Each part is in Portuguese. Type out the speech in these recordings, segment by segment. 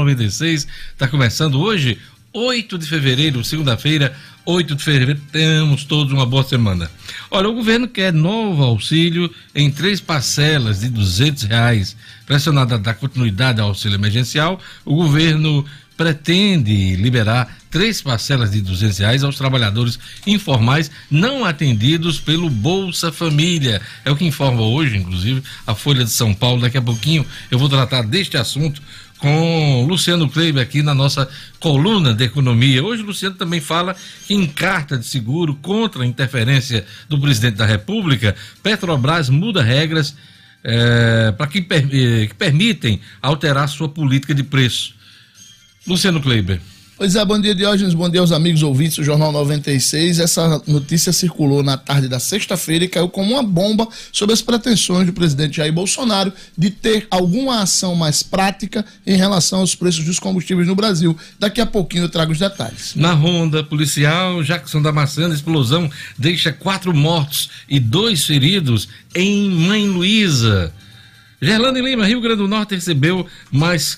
96 está começando hoje, 8 de fevereiro, segunda-feira, 8 de fevereiro, temos todos uma boa semana. Olha, o governo quer novo auxílio em 3 parcelas de R$200. Pressionado a dar continuidade ao auxílio emergencial, o governo pretende liberar 3 parcelas de R$200 aos trabalhadores informais não atendidos pelo Bolsa Família. É o que informa hoje, inclusive, a Folha de São Paulo. Daqui a pouquinho eu vou tratar deste assunto com Luciano Kleiber aqui na nossa coluna de economia. Hoje o Luciano também fala que em carta de seguro contra a interferência do presidente da República, Petrobras muda regras que permitem alterar sua política de preço. Luciano Kleiber. Pois é, bom dia, Diógenes, bom dia aos amigos ouvintes do Jornal 96. Essa notícia circulou na tarde da sexta-feira e caiu como uma bomba sobre as pretensões do presidente Jair Bolsonaro de ter alguma ação mais prática em relação aos preços dos combustíveis no Brasil. Daqui a pouquinho eu trago os detalhes. Na ronda policial, Jackson Damasceno, explosão deixa 4 mortos e 2 feridos em Mãe Luísa. Gerlane Lima, Rio Grande do Norte, recebeu mais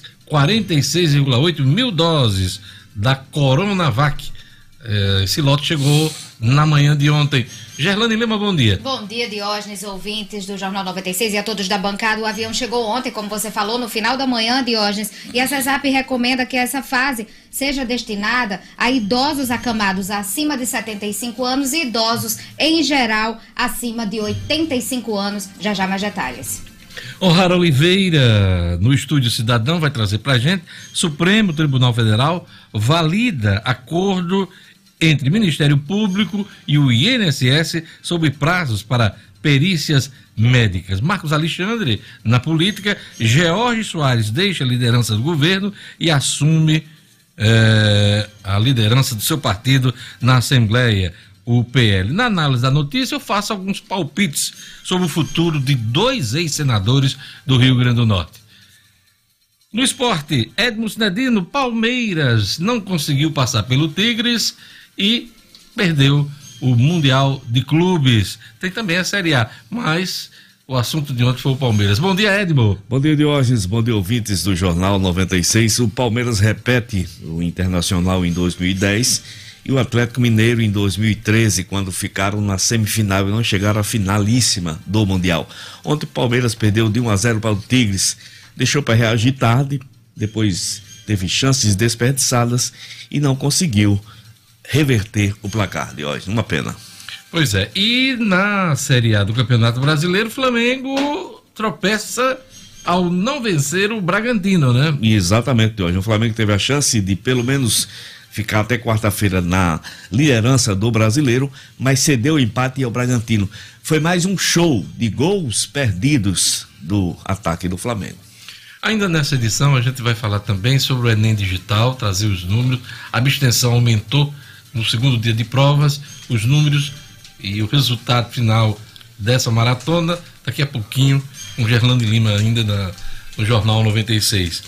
46,8 mil doses da Coronavac. Esse lote chegou na manhã de ontem. Gerlane Lima, bom dia. Bom dia, Diógenes, ouvintes do Jornal 96 e a todos da bancada. O avião chegou ontem, como você falou, no final da manhã, Diógenes, e a CESAP recomenda que essa fase seja destinada a idosos acamados acima de 75 anos e idosos, em geral, acima de 85 anos. Já mais detalhes. O'Hara Oliveira, no Estúdio Cidadão, vai trazer pra gente. Supremo Tribunal Federal valida acordo entre Ministério Público e o INSS sobre prazos para perícias médicas. Marcos Alexandre, na política, George Soares deixa a liderança do governo e assume a liderança do seu partido na Assembleia, o PL. Na análise da notícia, eu faço alguns palpites sobre o futuro de 2 ex-senadores do Rio Grande do Norte. No esporte, Edmo Cinedino, Palmeiras não conseguiu passar pelo Tigres e perdeu o Mundial de Clubes. Tem também a Série A, mas o assunto de ontem foi o Palmeiras. Bom dia, Edmo. Bom dia, Diógenes. Bom dia, ouvintes do Jornal 96. O Palmeiras repete o Internacional em 2010 e o Atlético Mineiro em 2013, quando ficaram na semifinal e não chegaram à finalíssima do Mundial. Ontem o Palmeiras perdeu de 1-0 para o Tigres, deixou para reagir tarde, depois teve chances desperdiçadas e não conseguiu reverter o placar de hoje. Uma pena. Pois é, e na Série A do Campeonato Brasileiro, o Flamengo tropeça ao não vencer o Bragantino, né? Exatamente, hoje o Flamengo teve a chance de pelo menos ficar até quarta-feira na liderança do Brasileiro, mas cedeu o empate ao Bragantino. Foi mais um show de gols perdidos do ataque do Flamengo. Ainda nessa edição a gente vai falar também sobre o Enem Digital, trazer os números. A abstenção aumentou no segundo dia de provas, os números e o resultado final dessa maratona, daqui a pouquinho, com Gerlane Lima ainda no Jornal 96.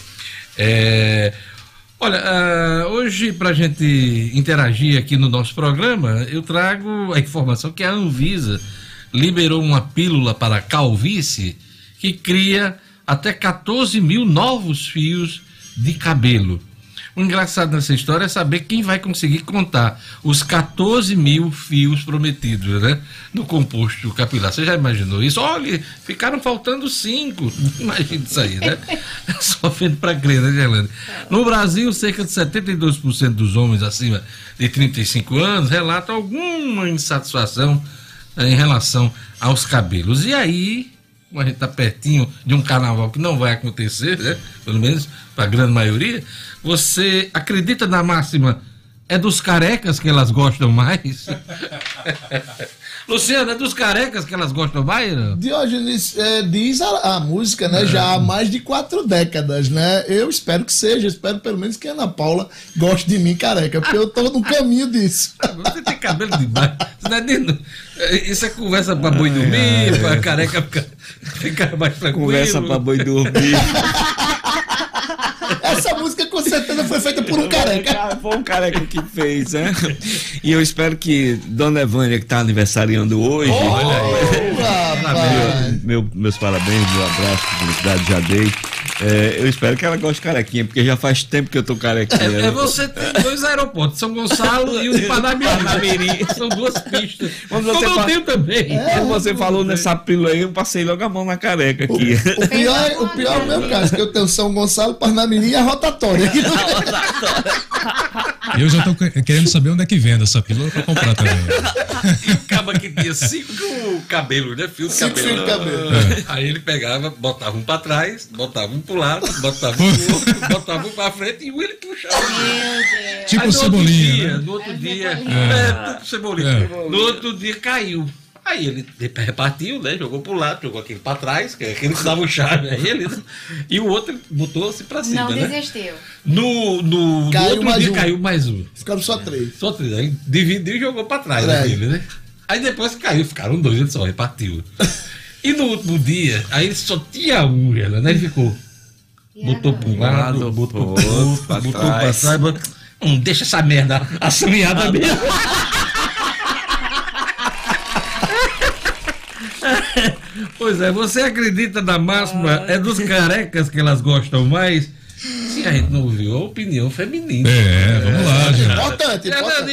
Olha, hoje, para a gente interagir aqui no nosso programa, eu trago a informação que a Anvisa liberou uma pílula para a calvície que cria até 14 mil novos fios de cabelo. O engraçado nessa história é saber quem vai conseguir contar os 14 mil fios prometidos, né, no composto capilar. Você já imaginou isso? Olha, ficaram faltando 5. Imagina isso aí, né? Só vendo para crer, né, Gerlane? No Brasil, cerca de 72% dos homens acima de 35 anos relatam alguma insatisfação em relação aos cabelos. E aí, como a gente está pertinho de um carnaval que não vai acontecer, né? Pelo menos para a grande maioria, você acredita na máxima, é dos carecas que elas gostam mais? Luciano, é dos carecas que elas gostam mais? Não? Diógenes, diz a música, né? Já há mais de 4 décadas, né? Eu espero que seja, espero pelo menos que a Ana Paula goste de mim careca, porque eu tô no caminho disso. Você tem cabelo demais. Isso é conversa pra boi dormir, pra careca ficar mais tranquilo. Conversa pra boi dormir. Essa música com certeza foi feita por um careca. Foi um careca que fez, né? E eu espero que Dona Evânia, que tá aniversariando hoje. Meus parabéns, meu abraço, felicidade já dei. Eu espero que ela goste de carequinha, porque já faz tempo que eu tô carequinha. Você tem 2 aeroportos, São Gonçalo e o de Parnamirim. São 2 pistas. Como eu tenho também. Quando você falou nessa pílula aí, eu passei logo a mão na careca aqui. O pior é o meu caso, que eu tenho São Gonçalo, Parnamirim e a rotatória. Eu já tô querendo saber onde é que vende essa pílula pra comprar também. E o cabo que tinha 5 cabelos, né? Fios de cabelo. Aí ele pegava, botava um pra trás, botava um pro lado, botava um pro outro, botava um pra frente e ele puxava. Tipo aí, Cebolinha, né? No outro dia, tudo Cebolinha. No outro dia caiu. Aí ele repartiu, né? Jogou pro lado, jogou aquele pra trás, que é aquele que dava o chave a ele, né? E o outro botou-se pra cima. Não né? desistiu. No outro dia caiu mais um. Ficaram só 3. Só 3. Aí dividiu e jogou pra trás aquele, né? Aí depois caiu, ficaram 2, ele só repartiu. E no último dia, aí ele só tinha um, né? Ele ficou. Botou pra um lado, botou pro outro, botou pra trás. Deixa essa merda assanhada mesmo. Pois é, você acredita na máxima? É dos carecas que elas gostam mais? Se a gente não ouviu a opinião feminina. Vamos lá, gente. Importante.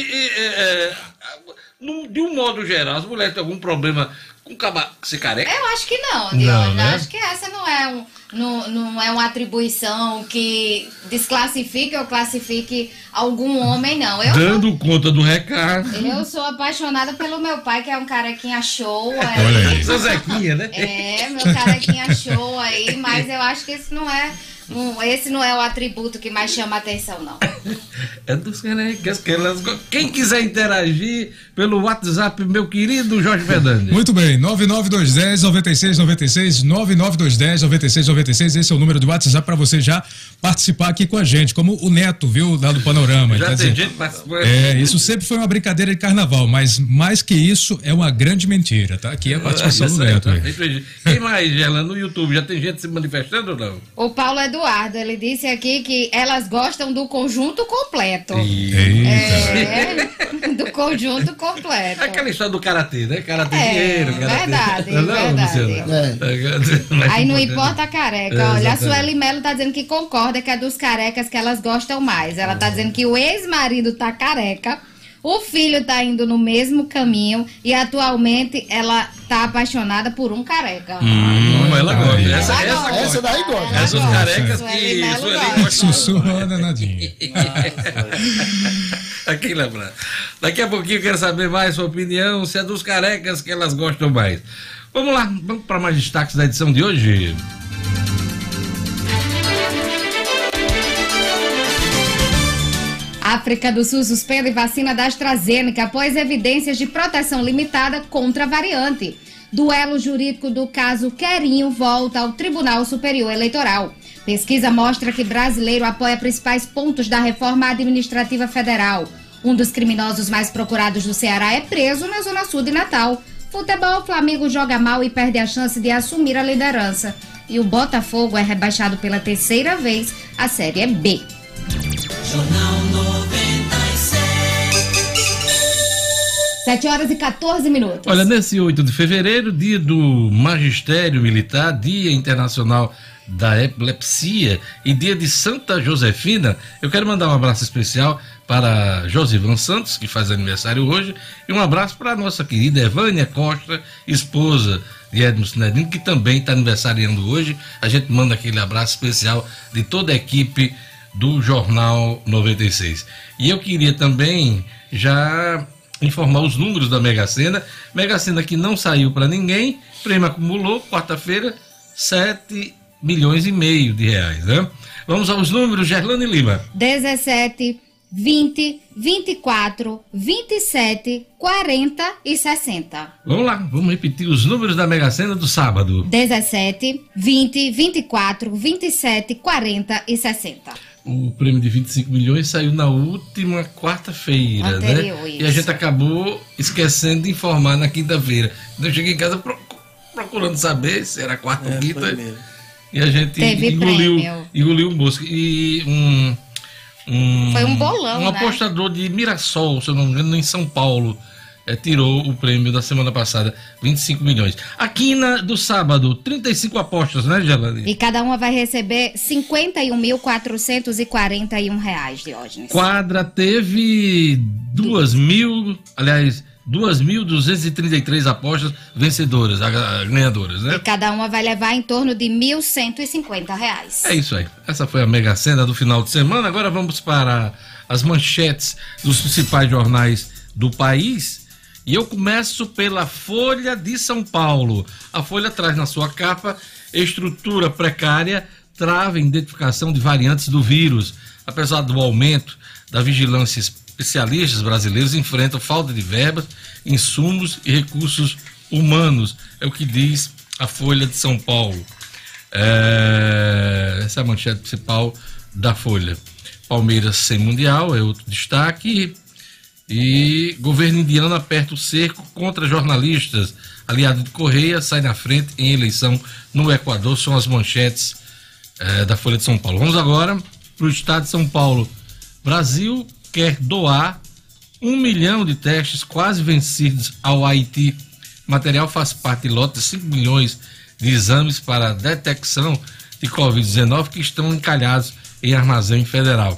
De um modo geral, as mulheres têm algum problema com ser careca? Eu acho que não, Diogo. Né? Acho que essa não é uma atribuição que desclassifique ou classifique algum homem, não. Dando conta do recado. Eu sou apaixonada pelo meu pai, que é um carequinha show. Olha aí. Seu Zequinha, né? Meu carequinha show aí, mas eu acho que esse não é o atributo que mais chama a atenção, não. É dos carecas que elas gostam. Quem quiser interagir pelo WhatsApp, meu querido Jorge Fernandes. Muito bem, 99210-9696, 99210-9696, esse é o número do WhatsApp para você já participar aqui com a gente, como o Neto, viu, lá do Panorama. Já quer tem dizer, gente participando. isso sempre foi uma brincadeira de carnaval, mas mais que isso, é uma grande mentira, tá? Aqui é a participação do Neto. Quem mais, Gela, no YouTube? Já tem gente se manifestando ou não? O Paulo Eduardo, ele disse aqui que elas gostam do conjunto completo. Do conjunto completo. Aquela história do karatê, né? Karatê dinheiro, karatê. Verdade. Aí não importa importa a careca. Olha, a Sueli Melo tá dizendo que concorda que é dos carecas que elas gostam mais. Ela tá dizendo que o ex-marido tá careca, o filho tá indo no mesmo caminho e atualmente ela tá apaixonada por um careca. Ela gosta. Essa daí gosta. Essas carecas que Sueli gosta. Sussurra danadinho. Aqui, lembrando. Daqui a pouquinho eu quero saber mais sua opinião, se é dos carecas que elas gostam mais. Vamos lá, vamos para mais destaques da edição de hoje. África do Sul suspende vacina da AstraZeneca após evidências de proteção limitada contra a variante. Duelo jurídico do caso Querinho volta ao Tribunal Superior Eleitoral. Pesquisa mostra que brasileiro apoia principais pontos da reforma administrativa federal. Um dos criminosos mais procurados do Ceará é preso na Zona Sul de Natal. Futebol, Flamengo joga mal e perde a chance de assumir a liderança. E o Botafogo é rebaixado pela 3ª vez à Série B. Jornal 96. 7h14. Olha, nesse 8 de fevereiro, dia do Magistério Militar, Dia Internacional da Epilepsia e dia de Santa Josefina, eu quero mandar um abraço especial para Josivan Santos, que faz aniversário hoje, e um abraço para a nossa querida Evânia Costa, esposa de Edmo Sinedino, que também está aniversariando hoje. A gente manda aquele abraço especial de toda a equipe do Jornal 96. E eu queria também já informar os números da Mega Sena. Mega Sena que não saiu para ninguém, prêmio acumulou, quarta-feira, 7,5 milhões de reais, né? Vamos aos números, Gerlane Lima. 17, 20, 24, 27, 40 e 60. Vamos lá, vamos repetir os números da Mega Sena do sábado. 17, 20, 24, 27, 40 e 60. O prêmio de 25 milhões saiu na última quarta-feira, anterior, né? isso. E a gente acabou esquecendo de informar na quinta-feira. Então eu cheguei em casa procurando saber se era quarta ou quinta. E a gente engoliu um mosco. E foi um bolão, um apostador de Mirassol, se eu não me engano, em São Paulo, tirou o prêmio da semana passada, 25 milhões. A quina do sábado, 35 apostas, né, Gelane? E cada uma vai receber R$51.441, Diógenes. Quadra teve 2.233 apostas vencedoras, ganhadoras, né? E cada uma vai levar em torno de R$1.150. É isso aí. Essa foi a Mega Sena do final de semana. Agora vamos para as manchetes dos principais jornais do país. E eu começo pela Folha de São Paulo. A Folha traz na sua capa: estrutura precária trava a identificação de variantes do vírus. Apesar do aumento da vigilância, especialistas brasileiros enfrentam falta de verbas, insumos e recursos humanos. É o que diz a Folha de São Paulo. Essa é a manchete principal da Folha. Palmeiras sem Mundial é outro destaque. E governo indiano aperta o cerco contra jornalistas. Aliado de Correia sai na frente em eleição no Equador. São as manchetes da Folha de São Paulo. Vamos agora para o estado de São Paulo. Brasil quer doar 1 milhão de testes quase vencidos ao Haiti. O material faz parte de lote de 5 milhões de exames para detecção de Covid-19 que estão encalhados em armazém federal.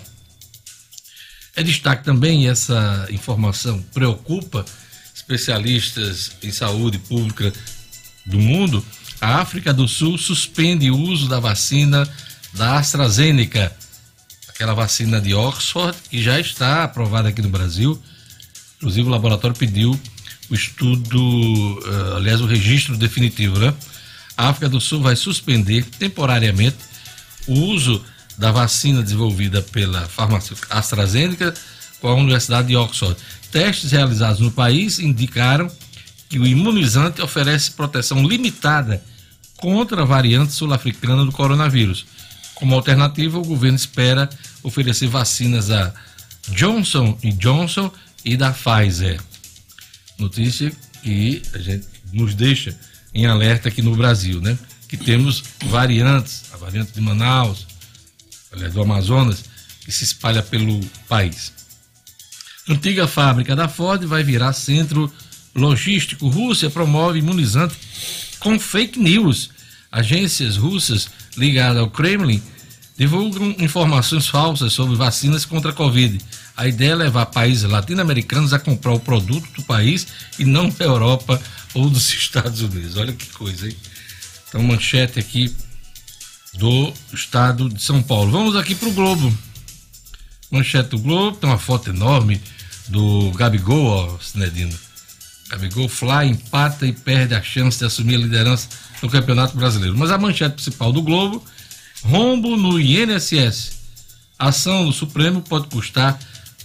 É destaque também, e essa informação preocupa especialistas em saúde pública do mundo, a África do Sul suspende o uso da vacina da AstraZeneca, aquela vacina de Oxford, que já está aprovada aqui no Brasil. Inclusive o laboratório pediu o estudo, o registro definitivo, né? A África do Sul vai suspender temporariamente o uso da vacina desenvolvida pela farmacêutica AstraZeneca com a Universidade de Oxford. Testes realizados no país indicaram que o imunizante oferece proteção limitada contra a variante sul-africana do coronavírus. Como alternativa, o governo espera oferecer vacinas da Johnson & Johnson e da Pfizer. Notícia que a gente nos deixa em alerta aqui no Brasil, né? Que temos variantes, a variante de Manaus, aliás, do Amazonas, que se espalha pelo país. Antiga fábrica da Ford vai virar centro logístico. Rússia promove imunizante com fake news. Agências russas ligadas ao Kremlin divulgam informações falsas sobre vacinas contra a Covid. A ideia é levar países latino-americanos a comprar o produto do país e não da Europa ou dos Estados Unidos. Olha que coisa, hein? Então, manchete aqui do estado de São Paulo. Vamos aqui para o Globo. Manchete do Globo, tem uma foto enorme do Gabigol, ó, Sinedino. Gabigol fly, empata e perde a chance de assumir a liderança do Campeonato Brasileiro. Mas a manchete principal do Globo: rombo no INSS. A ação do Supremo pode custar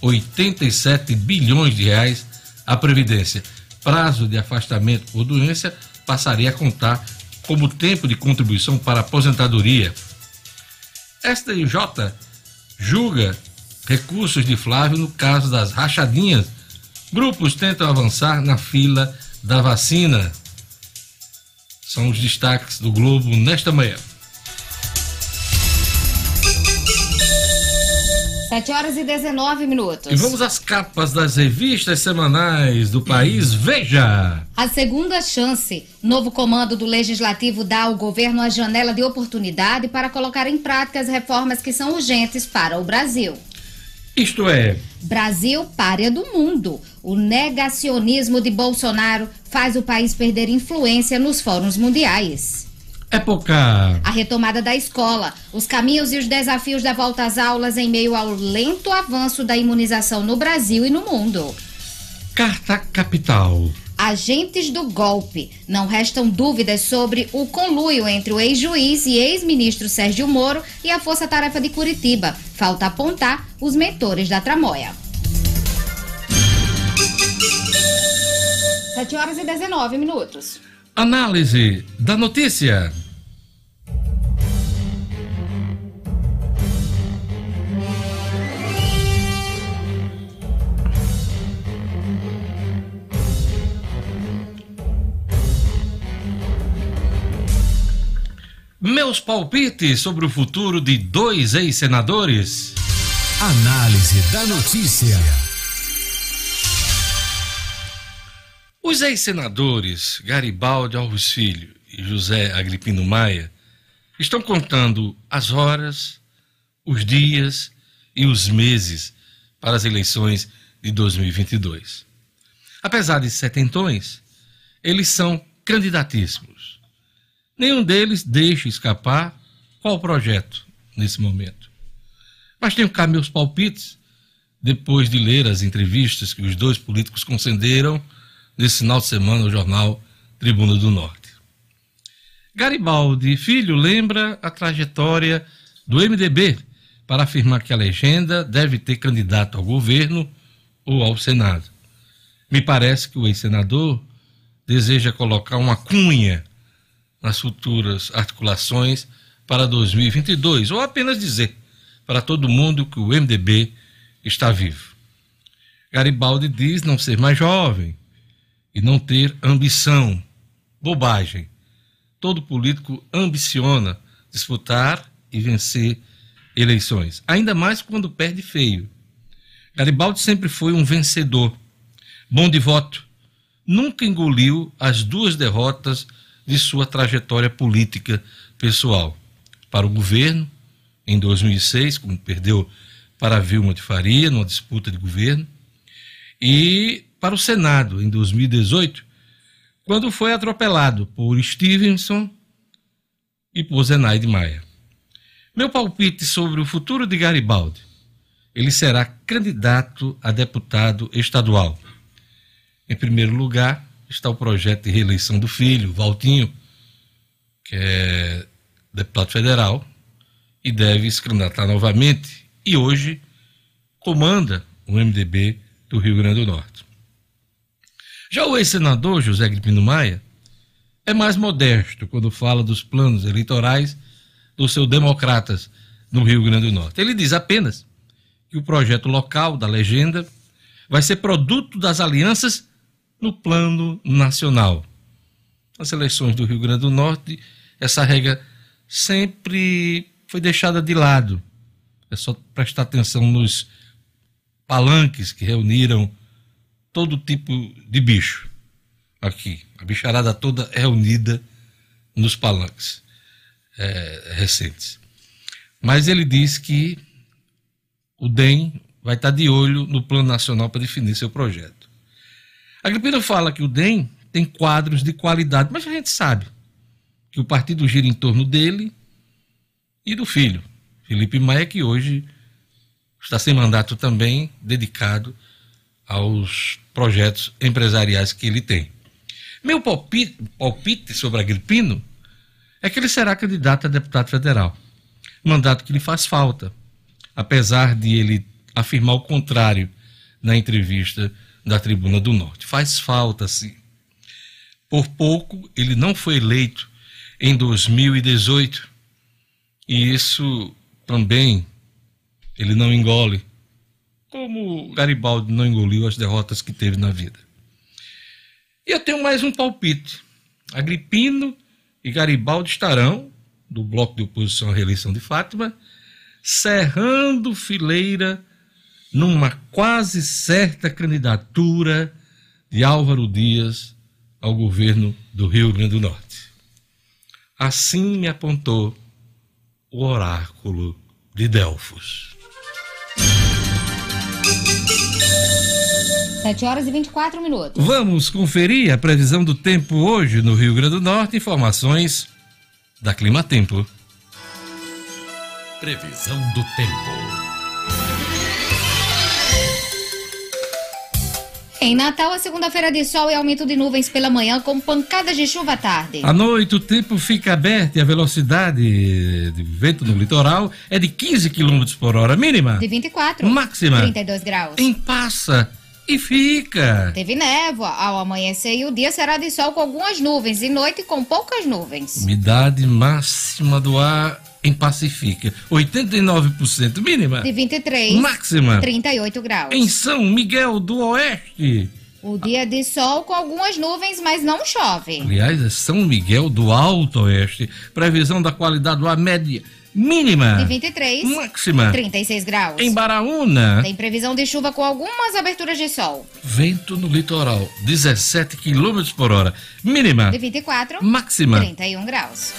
87 bilhões de reais à Previdência. Prazo de afastamento por doença passaria a contar como tempo de contribuição para a aposentadoria. STJ julga recursos de Flávio no caso das rachadinhas. Grupos tentam avançar na fila da vacina. São os destaques do Globo nesta manhã. 7h19. E vamos às capas das revistas semanais do país. Veja! A segunda chance. Novo comando do Legislativo dá ao governo a janela de oportunidade para colocar em prática as reformas que são urgentes para o Brasil. Isto é... Brasil pária do mundo. O negacionismo de Bolsonaro faz o país perder influência nos fóruns mundiais. Época. A retomada da escola, os caminhos e os desafios da volta às aulas em meio ao lento avanço da imunização no Brasil e no mundo. Carta Capital. Agentes do golpe. Não restam dúvidas sobre o conluio entre o ex-juiz e ex-ministro Sérgio Moro e a Força Tarefa de Curitiba. Falta apontar os mentores da tramóia. 7h19. Análise da notícia. Meus palpites sobre o futuro de 2 ex-senadores. Análise da notícia. Os ex-senadores Garibaldi Alves Filho e José Agripino Maia estão contando as horas, os dias e os meses para as eleições de 2022. Apesar de setentões, eles são candidatíssimos. Nenhum deles deixa escapar qual o projeto nesse momento. Mas tenho cá meus palpites, depois de ler as entrevistas que os dois políticos concederam nesse final de semana no jornal Tribuna do Norte. Garibaldi Filho lembra a trajetória do MDB para afirmar que a legenda deve ter candidato ao governo ou ao Senado. Me parece que o ex-senador deseja colocar uma cunha nas futuras articulações para 2022, ou apenas dizer para todo mundo que o MDB está vivo. Garibaldi diz não ser mais jovem e não ter ambição. Bobagem. Todo político ambiciona disputar e vencer eleições, ainda mais quando perde feio. Garibaldi sempre foi um vencedor, bom de voto, nunca engoliu as duas derrotas de sua trajetória política pessoal. Para o governo, em 2006, quando perdeu para Vilma de Faria, numa disputa de governo, e para o Senado, em 2018, quando foi atropelado por Stevenson e por Zenaide Maia. Meu palpite sobre o futuro de Garibaldi: ele será candidato a deputado estadual. Em primeiro lugar está o projeto de reeleição do filho, Valtinho, que é deputado federal e deve se candidatar novamente, e hoje comanda o MDB do Rio Grande do Norte. Já o ex-senador José Agripino Maia é mais modesto quando fala dos planos eleitorais dos seus democratas no Rio Grande do Norte. Ele diz apenas que o projeto local da legenda vai ser produto das alianças no plano nacional. Nas eleições do Rio Grande do Norte, essa regra sempre foi deixada de lado. É só prestar atenção nos palanques que reuniram todo tipo de bicho. Aqui, a bicharada toda reunida nos palanques recentes. Mas ele diz que o DEM vai estar de olho no plano nacional para definir seu projeto. Agripino fala que o DEM tem quadros de qualidade, mas a gente sabe que o partido gira em torno dele e do filho, Felipe Maia, que hoje está sem mandato também, dedicado aos projetos empresariais que ele tem. Meu palpite sobre Agripino é que ele será candidato a deputado federal, mandato que lhe faz falta, apesar de ele afirmar o contrário na entrevista da Tribuna do Norte. Faz falta, sim. Por pouco, ele não foi eleito em 2018, e isso também ele não engole, como Garibaldi não engoliu as derrotas que teve na vida. E eu tenho mais um palpite. Agripino e Garibaldi estarão, do bloco de oposição à reeleição de Fátima, cerrando fileira numa quase certa candidatura de Álvaro Dias ao governo do Rio Grande do Norte. Assim me apontou o oráculo de Delfos. 7h24. Vamos conferir a previsão do tempo hoje no Rio Grande do Norte. Informações da Climatempo. Previsão do tempo. Em Natal, a segunda-feira de sol e aumento de nuvens pela manhã, com pancadas de chuva à tarde. À noite, o tempo fica aberto e a velocidade de vento no litoral é de 15 km por hora, mínima. De 24. Máxima. 32 graus. Passa e fica. Teve névoa ao amanhecer e o dia será de sol com algumas nuvens e noite com poucas nuvens. Umidade máxima do ar em Pacifica, 89%, mínima. De 23. Máxima. 38 graus. Em São Miguel do Oeste. O dia de sol com algumas nuvens, mas não chove. Aliás, é São Miguel do Alto Oeste. Previsão da qualidade do ar média Mínima. De 23. Máxima. 36 graus. Em Baraúna. Tem previsão de chuva com algumas aberturas de sol. Vento no litoral, 17 km por hora. Mínima. De 24. Máxima. 31 graus.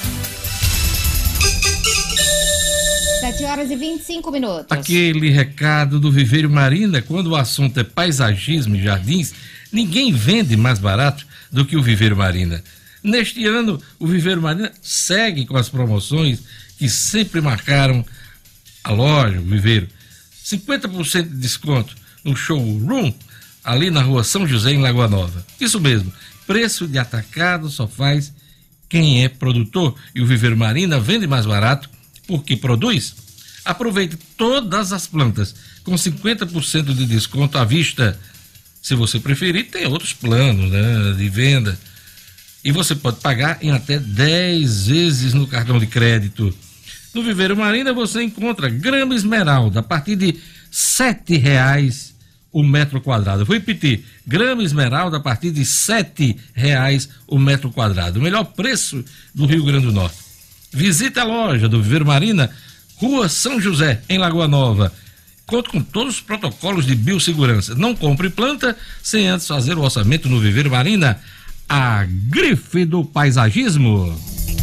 7h25. Aquele recado do Viveiro Marina, quando o assunto é paisagismo e jardins, ninguém vende mais barato do que o Viveiro Marina. Neste ano, o Viveiro Marina segue com as promoções que sempre marcaram a loja, o Viveiro. 50% de desconto no showroom, ali na rua São José, em Lagoa Nova. Isso mesmo, preço de atacado só faz quem é produtor. E o Viveiro Marina vende mais barato porque produz. Aproveite todas as plantas com 50% de desconto à vista. Se você preferir, tem outros planos, né, de venda. E você pode pagar em até 10 vezes no cartão de crédito. No Viveiro Marina você encontra grama esmeralda a partir de R$ 7,00 o metro quadrado. Vou repetir, grama esmeralda a partir de R$ 7,00 o metro quadrado. O melhor preço do Rio Grande do Norte. Visite a loja do Viveiro Marina, Rua São José, em Lagoa Nova. Conto com todos os protocolos de biossegurança. Não compre planta sem antes fazer o orçamento no Viveiro Marina, a grife do paisagismo.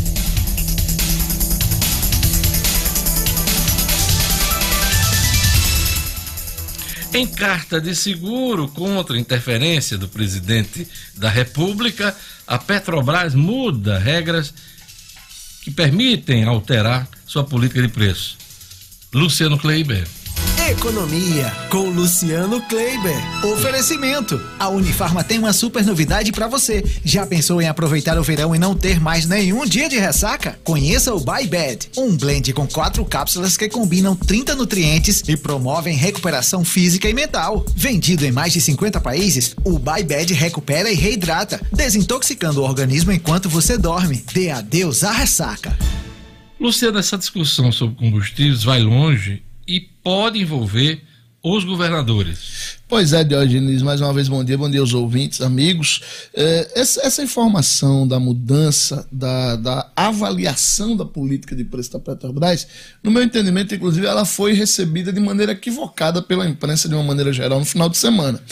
Em carta de seguro contra a interferência do presidente da República, a Petrobras muda regras que permitem alterar sua política de preço. Luciano Kleiber. Economia com Luciano Kleiber. Oferecimento. A Unifarma tem uma super novidade para você. Já pensou em aproveitar o verão e não ter mais nenhum dia de ressaca? Conheça o Buy Bed, um blend com 4 cápsulas que combinam 30 nutrientes e promovem recuperação física e mental. Vendido em mais de 50 países, o Buy Bed recupera e reidrata, desintoxicando o organismo enquanto você dorme. Dê adeus à ressaca. Luciano, essa discussão sobre combustíveis vai longe e pode envolver os governadores. Pois é, Diógenes, mais uma vez bom dia aos ouvintes, amigos. Essa informação da mudança, da avaliação da política de preço da Petrobras, no meu entendimento, inclusive, ela foi recebida de maneira equivocada pela imprensa de uma maneira geral no final de semana.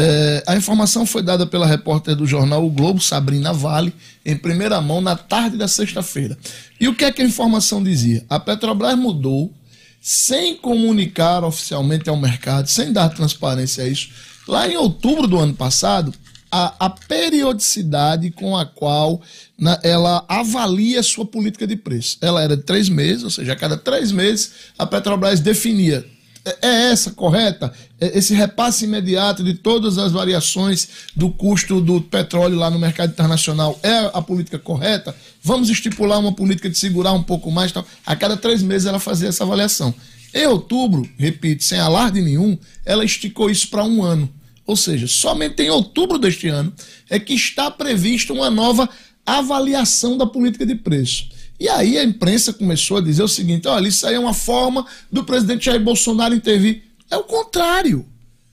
A informação foi dada pela repórter do jornal O Globo, Sabrina Vale, em primeira mão na tarde da sexta-feira. E o que é que a informação dizia? A Petrobras mudou sem comunicar oficialmente ao mercado, sem dar transparência a isso, lá em outubro do ano passado, a periodicidade com a qual ela avalia sua política de preço. Ela era de 3 meses, ou seja, a cada 3 meses a Petrobras definia: é essa correta? Esse repasse imediato de todas as variações do custo do petróleo lá no mercado internacional é a política correta? Vamos estipular uma política de segurar um pouco mais, tal. A cada 3 meses ela fazia essa avaliação. Em outubro, repito, sem alarde nenhum, ela esticou isso para 1 ano. Ou seja, somente em outubro deste ano é que está prevista uma nova avaliação da política de preço. E aí a imprensa começou a dizer o seguinte: olha, isso aí é uma forma do presidente Jair Bolsonaro intervir. É o contrário.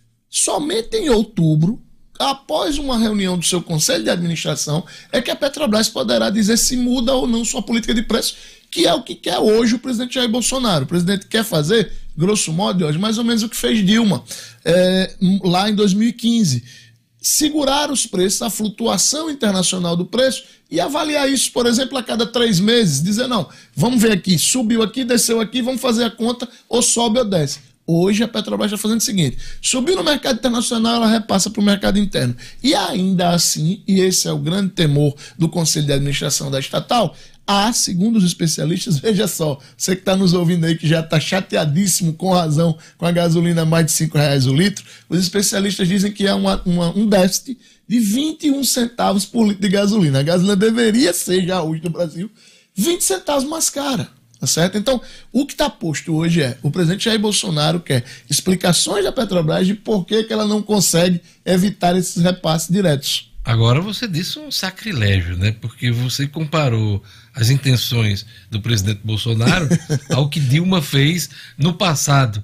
Somente em outubro, após uma reunião do seu conselho de administração, é que a Petrobras poderá dizer se muda ou não sua política de preço, que é o que quer hoje o presidente Jair Bolsonaro. O presidente quer fazer, grosso modo, hoje, mais ou menos o que fez Dilma lá em 2015. Segurar os preços, a flutuação internacional do preço e avaliar isso, por exemplo, a cada 3 meses, dizer: não, vamos ver aqui, subiu aqui, desceu aqui, vamos fazer a conta, ou sobe ou desce. Hoje a Petrobras está fazendo o seguinte: subiu no mercado internacional, ela repassa para o mercado interno. E ainda assim, e esse é o grande temor do Conselho de Administração da estatal, há, segundo os especialistas, veja só, você que está nos ouvindo aí, que já está chateadíssimo, com razão, com a gasolina a mais de R$5 o litro, os especialistas dizem que é um déficit de 21 centavos por litro de gasolina. A gasolina deveria ser, já hoje no Brasil, 20 centavos mais cara. Tá certo? Então, o que está posto hoje é: o presidente Jair Bolsonaro quer explicações da Petrobras de por que ela não consegue evitar esses repasses diretos. Agora você disse um sacrilégio, né? Porque você comparou as intenções do presidente Bolsonaro ao que Dilma fez no passado.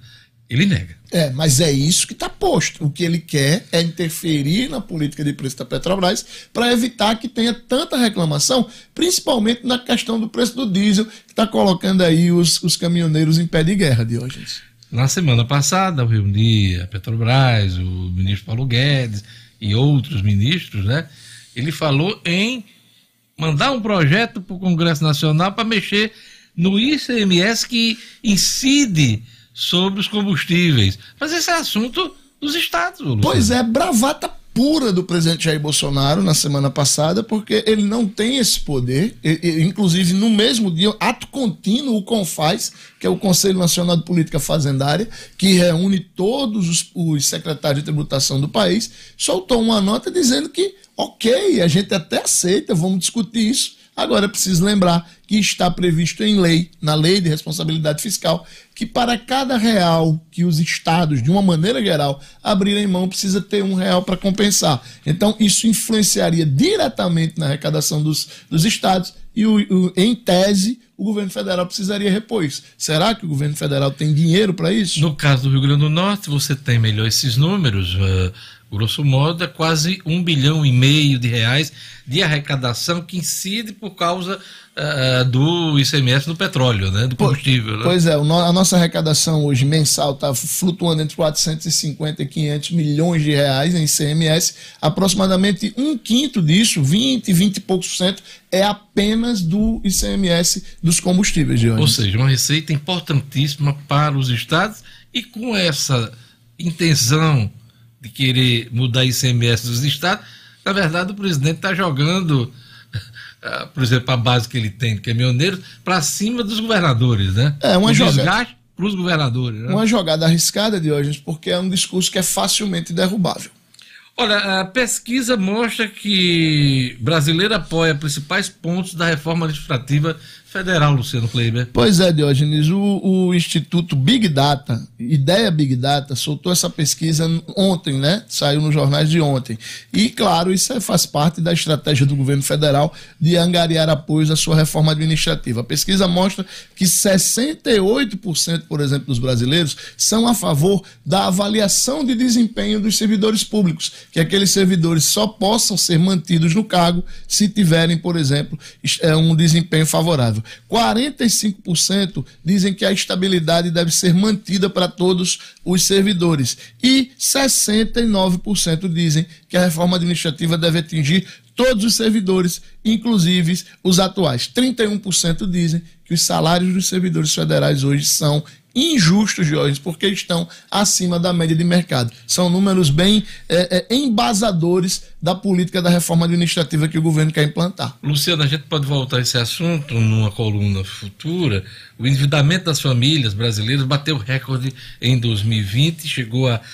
Ele nega. Mas é isso que está posto. O que ele quer é interferir na política de preço da Petrobras para evitar que tenha tanta reclamação, principalmente na questão do preço do diesel, que está colocando aí os caminhoneiros em pé de guerra, Diógenes. Na semana passada, eu reuni a Petrobras, o ministro Paulo Guedes e outros ministros, né? Ele falou em mandar um projeto para o Congresso Nacional para mexer no ICMS que incide sobre os combustíveis. Mas esse é assunto dos estados, Luciano. Pois é, bravata pura do presidente Jair Bolsonaro na semana passada, porque ele não tem esse poder. Inclusive, no mesmo dia, ato contínuo, o CONFAZ, que é o Conselho Nacional de Política Fazendária, que reúne todos os secretários de tributação do país, soltou uma nota dizendo que, ok, a gente até aceita, vamos discutir isso. Agora, é preciso lembrar que está previsto em lei, na Lei de Responsabilidade Fiscal, que para cada real que os estados, de uma maneira geral, abrirem mão, precisa ter R$1 para compensar. Então, isso influenciaria diretamente na arrecadação dos estados e, em tese, o governo federal precisaria repor isso. Será que o governo federal tem dinheiro para isso? No caso do Rio Grande do Norte, você tem melhor esses números. Grosso modo, é quase R$1,5 bilhão de reais de arrecadação que incide por causa do ICMS no petróleo, né, do combustível. Pois é, a nossa arrecadação hoje mensal está flutuando entre 450 e 500 milhões de reais em ICMS. Aproximadamente um quinto disso, 20 e poucos por cento, é apenas do ICMS dos combustíveis de hoje. Ou seja, uma receita importantíssima para os estados, e com essa intenção de querer mudar ICMS dos estados, na verdade o presidente está jogando, por exemplo, a base que ele tem de caminhoneiros para cima dos governadores, né? Desgaste para os governadores. Né? Uma jogada arriscada, Diógenes, porque é um discurso que é facilmente derrubável. Olha, a pesquisa mostra que brasileiro apoia principais pontos da reforma administrativa federal, Luciano Kleiber. Pois é, Diógenes, o Instituto Big Data, Ideia Big Data, soltou essa pesquisa ontem, né? Saiu nos jornais de ontem. E, claro, isso faz parte da estratégia do governo federal de angariar apoios à sua reforma administrativa. A pesquisa mostra que 68%, por exemplo, dos brasileiros são a favor da avaliação de desempenho dos servidores públicos, que aqueles servidores só possam ser mantidos no cargo se tiverem, por exemplo, um desempenho favorável. 45% dizem que a estabilidade deve ser mantida para todos os servidores e 69% dizem que a reforma administrativa deve atingir todos os servidores, inclusive os atuais. 31% dizem que os salários dos servidores federais hoje são injustos, Jorge, porque estão acima da média de mercado. São números bem embasadores da política da reforma administrativa que o governo quer implantar. Luciano, a gente pode voltar a esse assunto numa coluna futura. O endividamento das famílias brasileiras bateu recorde em 2020, chegou a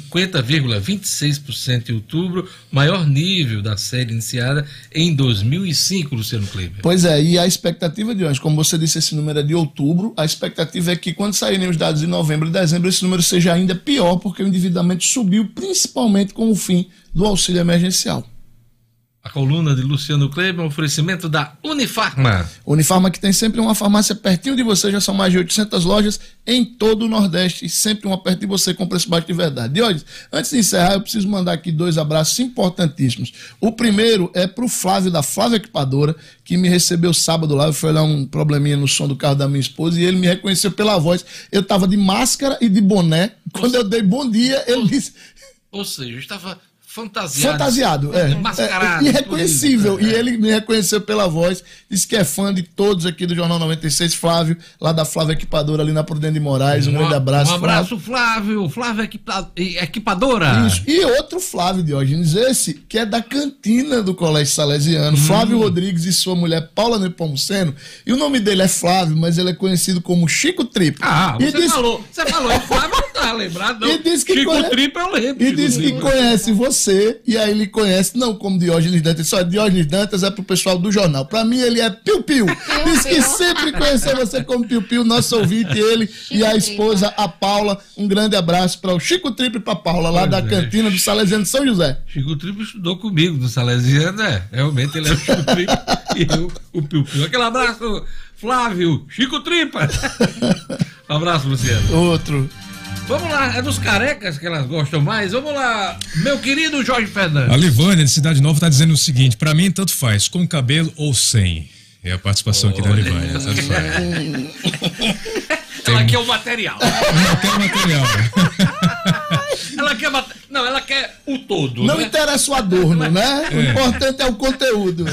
50,26% em outubro, maior nível da série iniciada em 2005, Luciano Kleiber. Pois é, e a expectativa de hoje, como você disse, esse número é de outubro, a expectativa é que quando saírem os dados de novembro e dezembro, esse número seja ainda pior, porque o endividamento subiu principalmente com o fim do auxílio emergencial. A coluna de Luciano Kleiber, um oferecimento da Unifarma. Unifarma, que tem sempre uma farmácia pertinho de você, já são mais de 800 lojas em todo o Nordeste, e sempre uma perto de você com preço baixo de verdade. E olha, antes de encerrar, eu preciso mandar aqui 2 abraços importantíssimos. O primeiro é pro Flávio, da Flávia Equipadora, que me recebeu sábado lá. Eu fui lá um probleminha no som do carro da minha esposa e ele me reconheceu pela voz. Eu tava de máscara e de boné. Quando eu dei bom dia, ele disse... Ou seja, eu estava... Fantasiado, mascarado, irreconhecível. E ele me reconheceu pela voz, disse que é fã de todos aqui do Jornal 96, Flávio, lá da Flávia Equipadora, ali na Prudente de Moraes. Um grande abraço. Um abraço, Flávio Equipadora. Isso. E outro Flávio, Diógenes, esse que é da cantina do Colégio Salesiano, Flávio Rodrigues e sua mulher Paula Nepomuceno. E o nome dele é Flávio, mas ele é conhecido como Chico Tripa. Você falou, é Flávio, não tá lembrado, não. E disse que Chico Tripa eu lembro. E disse que conhece você, e aí ele conhece, não como Diógenes Dantas, só Diógenes Dantas é pro pessoal do jornal. Pra mim ele é Piu Piu. Diz que sempre conheceu você como Piu Piu, nosso ouvinte, ele Chico e a esposa, a Paula. Um grande abraço para o Chico Tripa e pra Paula, lá da cantina do Salesiano de São José. Chico Tripa estudou comigo no Salesiano, realmente ele é o Chico Tripa e eu, o Piu Piu. Aquele abraço, Flávio, Chico Tripa. Um abraço, Luciano. Outro. Vamos lá, é dos carecas que elas gostam mais. Vamos lá, meu querido Jorge Fernandes. A Livânia de Cidade Nova tá dizendo o seguinte: pra mim tanto faz, com cabelo ou sem. É a participação aqui da Livânia, tanto faz. Ela quer o material. Ela quer o material. Ela quer o todo. Não né? interessa o adorno, né? O importante é o conteúdo.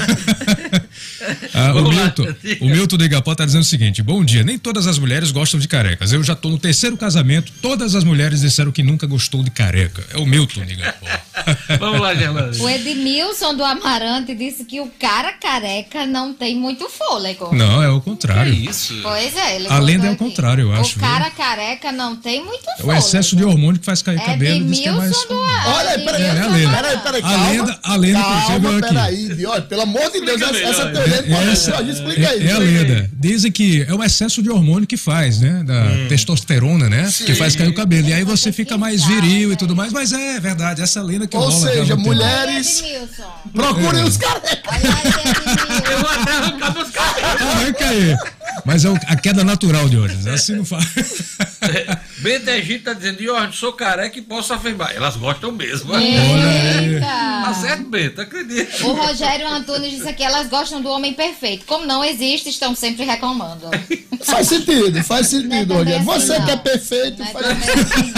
O Milton do Igapó tá dizendo o seguinte: bom dia, nem todas as mulheres gostam de carecas. Eu já tô no 3º casamento, todas as mulheres disseram que nunca gostou de careca. É o Milton do Igapó. Vamos lá, Gerlane. O Edmilson do Amarante disse que o cara careca não tem muito fôlego. Não, é o contrário. É isso. Pois é, ele A lenda é o aqui. contrário, eu acho. O cara careca não tem muito É fôlego. o excesso de hormônio que faz cair o cabelo. Diz que é mais... Edmilson do Olha aí, peraí, É a lenda. peraí, A lenda, calma, inclusive, peraí, olha, pelo amor de Deus, essa teoria explica aí. É a lenda. Dizem que é o excesso de hormônio que faz, né? Da testosterona, né? Sim. Que faz cair o cabelo. E aí você fica mais viril e tudo mais. Mas é verdade, essa lenda que Ou rola. seja, mulher. mulheres, Edmilson. procurem os carecas. Olha aí, Edmilson. Eu vou até arrancar meus cabelos. Arranca aí. Mas é a queda natural de hoje. Assim não faz. Bento Egito tá dizendo, Jorge, sou careca e posso afirmar. Elas gostam mesmo. Tá Eita. certo, Bento, acredito. O Rogério Antunes disse que elas gostam do homem perfeito. Como não existe, estão sempre reclamando. Faz sentido, Não é Rogério. também Você assim, que é não. perfeito, Não é faz... também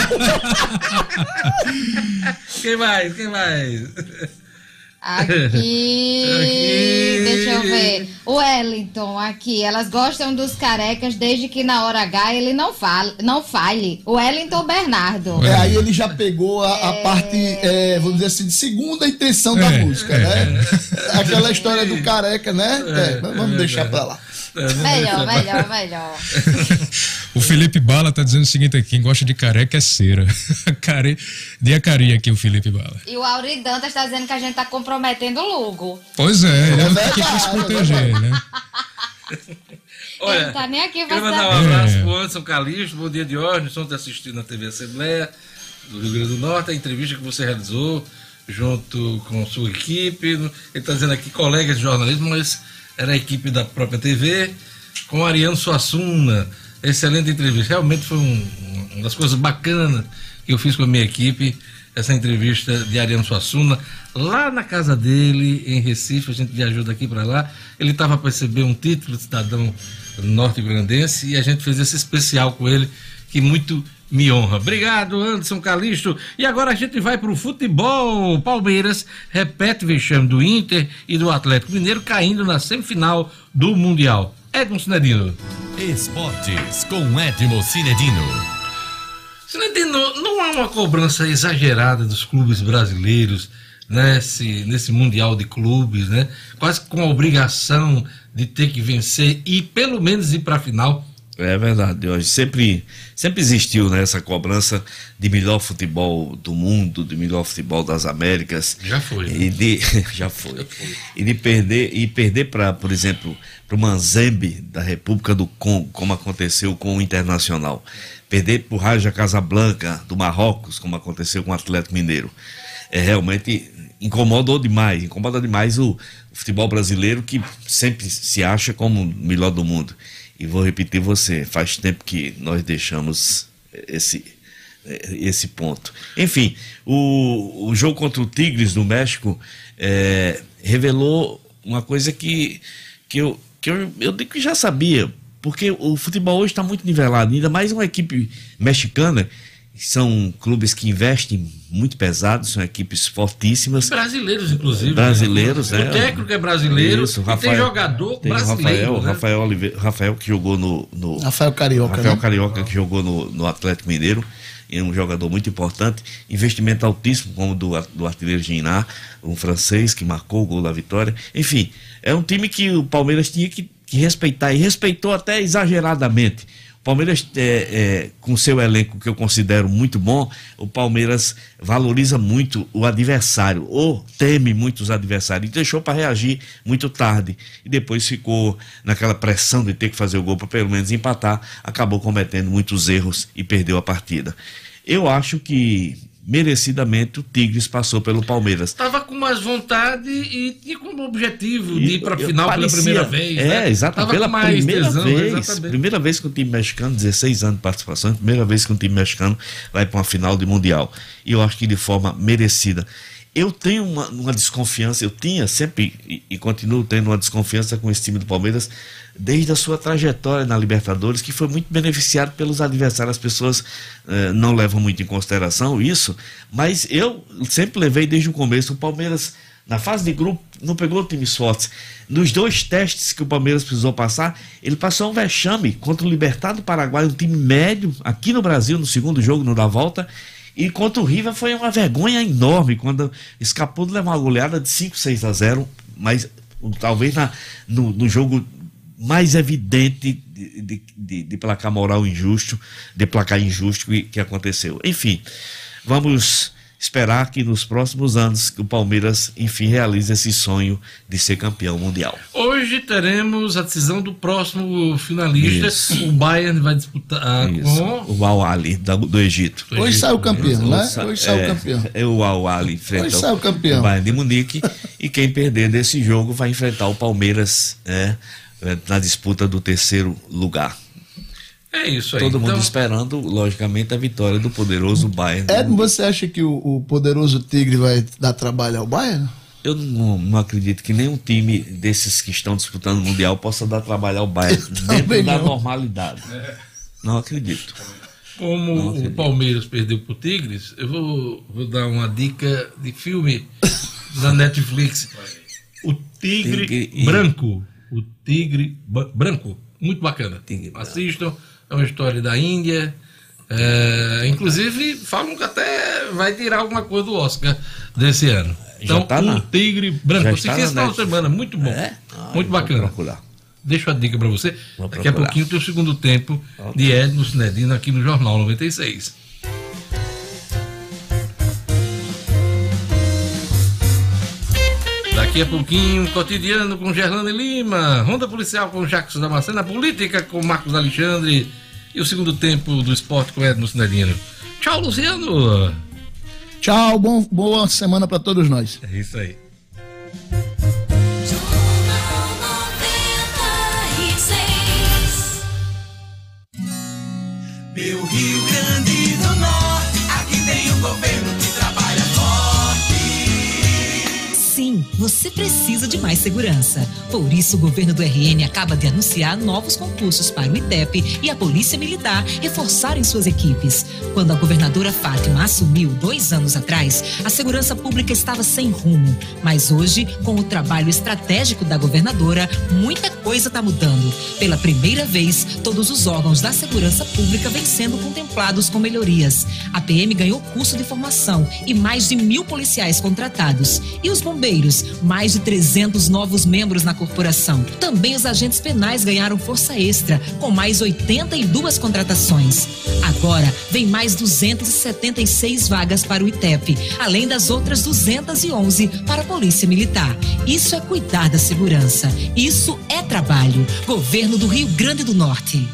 assim, Quem mais? Aqui, deixa eu ver. O Wellington, aqui. Elas gostam dos carecas desde que na hora H ele não falhe. O Wellington Bernardo. Aí ele já pegou a parte, vamos dizer assim, de segunda intenção da música, né? Aquela história do careca, né? Vamos deixar pra lá. Melhor. O Felipe Bala tá dizendo o seguinte aqui: quem gosta de careca é cera. Dê a carinha aqui, o Felipe Bala. E o Auri Dantas tá dizendo que a gente tá comprometendo o Lugo. Pois é, ele não tá aqui verdade, pra se proteger, né? Olha, Ele não tá nem aqui pra quero mandar um saber. abraço pro Anderson Calixto, bom dia de hoje, estamos assistindo na TV Assembleia do Rio Grande do Norte, a entrevista que você realizou junto com sua equipe. Ele está dizendo aqui colegas de jornalismo, mas era a equipe da própria TV, com Ariano Suassuna. Excelente entrevista, realmente foi uma das coisas bacanas que eu fiz com a minha equipe, essa entrevista de Ariano Suassuna, lá na casa dele, em Recife. A gente viajou daqui para lá, ele estava para receber um título de cidadão norte-grandense e a gente fez esse especial com ele, que muito me honra. Obrigado, Anderson Calixto. E agora a gente vai para o futebol. Palmeiras repete vexame do Inter e do Atlético Mineiro, caindo na semifinal do Mundial. Edmo Cinedino. Esportes com Edmo Cinedino. Cinedino, não há uma cobrança exagerada dos clubes brasileiros nesse Mundial de Clubes, né? Quase com a obrigação de ter que vencer e pelo menos ir para a final. É verdade, hoje sempre existiu, né, essa cobrança de melhor futebol do mundo, de melhor futebol das Américas. Já foi. Já foi. E de perder para, por exemplo, para o Manzembe da República do Congo, como aconteceu com o Internacional. Perder para o Raja Casablanca do Marrocos, como aconteceu com o Atlético Mineiro. Realmente incomoda demais o futebol brasileiro, que sempre se acha como o melhor do mundo. E vou repetir faz tempo que nós deixamos esse ponto. Enfim, o jogo contra o Tigres do México revelou uma coisa que eu digo que já sabia, porque o futebol hoje está muito nivelado, ainda mais uma equipe mexicana. São clubes que investem muito pesado, são equipes fortíssimas. Brasileiros, inclusive. Brasileiros, né? O técnico é brasileiro. Isso, e tem jogador brasileiro. Rafael que jogou no Rafael Carioca, Rafael né? Carioca, que jogou no Atlético Mineiro. É um jogador muito importante. Investimento altíssimo, como do artilheiro Giná, um francês que marcou o gol da vitória. Enfim, é um time que o Palmeiras tinha que respeitar, e respeitou até exageradamente. O Palmeiras, com seu elenco, que eu considero muito bom, o Palmeiras valoriza muito o adversário, ou teme muito os adversários, e deixou para reagir muito tarde, e depois ficou naquela pressão de ter que fazer o gol para pelo menos empatar, acabou cometendo muitos erros e perdeu a partida. Eu acho que merecidamente o Tigres passou pelo Palmeiras. Estava com mais vontade e tinha como objetivo de ir para a final pela primeira vez. Exatamente. Pela mais primeira tesão, vez. exatamente. Primeira vez que um time mexicano, 16 anos de participação, primeira vez que um time mexicano vai para uma final de Mundial. E eu acho que de forma merecida. Eu tenho uma desconfiança, eu tinha sempre e continuo tendo uma desconfiança com esse time do Palmeiras desde a sua trajetória na Libertadores, que foi muito beneficiado pelos adversários. As pessoas não levam muito em consideração isso, mas eu sempre levei desde o começo. O Palmeiras, na fase de grupo, não pegou times fortes. Nos 2 testes que o Palmeiras precisou passar, ele passou um vexame contra o Libertad do Paraguai, um time médio, aqui no Brasil, no segundo jogo, no da volta. E contra o River foi uma vergonha enorme, quando escapou de levar uma goleada de 5-6-0, mas talvez no jogo mais evidente de placar moral injusto, de placar injusto que aconteceu. Enfim, vamos esperar que nos próximos anos que o Palmeiras, enfim, realize esse sonho de ser campeão mundial. Hoje teremos a decisão do próximo finalista. Isso. O Bayern vai disputar com o Al-Ahly do Egito. Hoje sai o campeão, né? Hoje sai o campeão. É o Al-Ahly enfrenta Hoje sai o campeão. Bayern de Munique e quem perder desse jogo vai enfrentar o Palmeiras na disputa do 3º lugar. É isso aí. Todo mundo esperando, logicamente, a vitória do poderoso Bayern. Você acha que o poderoso Tigre vai dar trabalho ao Bayern? Eu não acredito que nenhum time desses que estão disputando o Mundial possa dar trabalho ao Bayern dentro da normalidade. Não acredito. Como o Palmeiras perdeu pro Tigres, eu vou dar uma dica de filme da Netflix. O Tigre Branco. O Tigre Branco. Muito bacana. Assistam. É uma história da Índia. Inclusive, falam que até vai tirar alguma coisa do Oscar desse ano. Então, o Tigre Branco. Assisti esse final de semana. Muito bom. Muito bacana. Deixo a dica para você. Daqui a pouquinho tem o segundo tempo de Edmo Cinedino aqui no Jornal 96. Daqui a pouquinho, Cotidiano com Gerlane Lima, Ronda Policial com Jacques Damasceno, Política com Marcos Alexandre e o segundo tempo do esporte com Edmo Cinedino. Tchau, Luciano! Tchau, boa semana para todos nós. É isso aí. Meu Rio Grande do Norte, aqui tem um governo que trabalha forte. Sim, você precisa de mais segurança. Por isso, o governo do RN acaba de anunciar novos concursos para o ITEP e a Polícia Militar reforçarem suas equipes. Quando a governadora Fátima assumiu 2 anos atrás, a segurança pública estava sem rumo. Mas hoje, com o trabalho estratégico da governadora, muita coisa está mudando. Pela primeira vez, todos os órgãos da segurança pública vêm sendo contemplados com melhorias. A PM ganhou curso de formação e mais de 1.000 policiais contratados. E os bombeiros, mais de 300 novos membros na corporação. Também os agentes penais ganharam força extra, com mais 82 contratações. Agora, vem mais 276 vagas para o ITEP, além das outras 211 para a Polícia Militar. Isso é cuidar da segurança. Isso é trabalho. Governo do Rio Grande do Norte.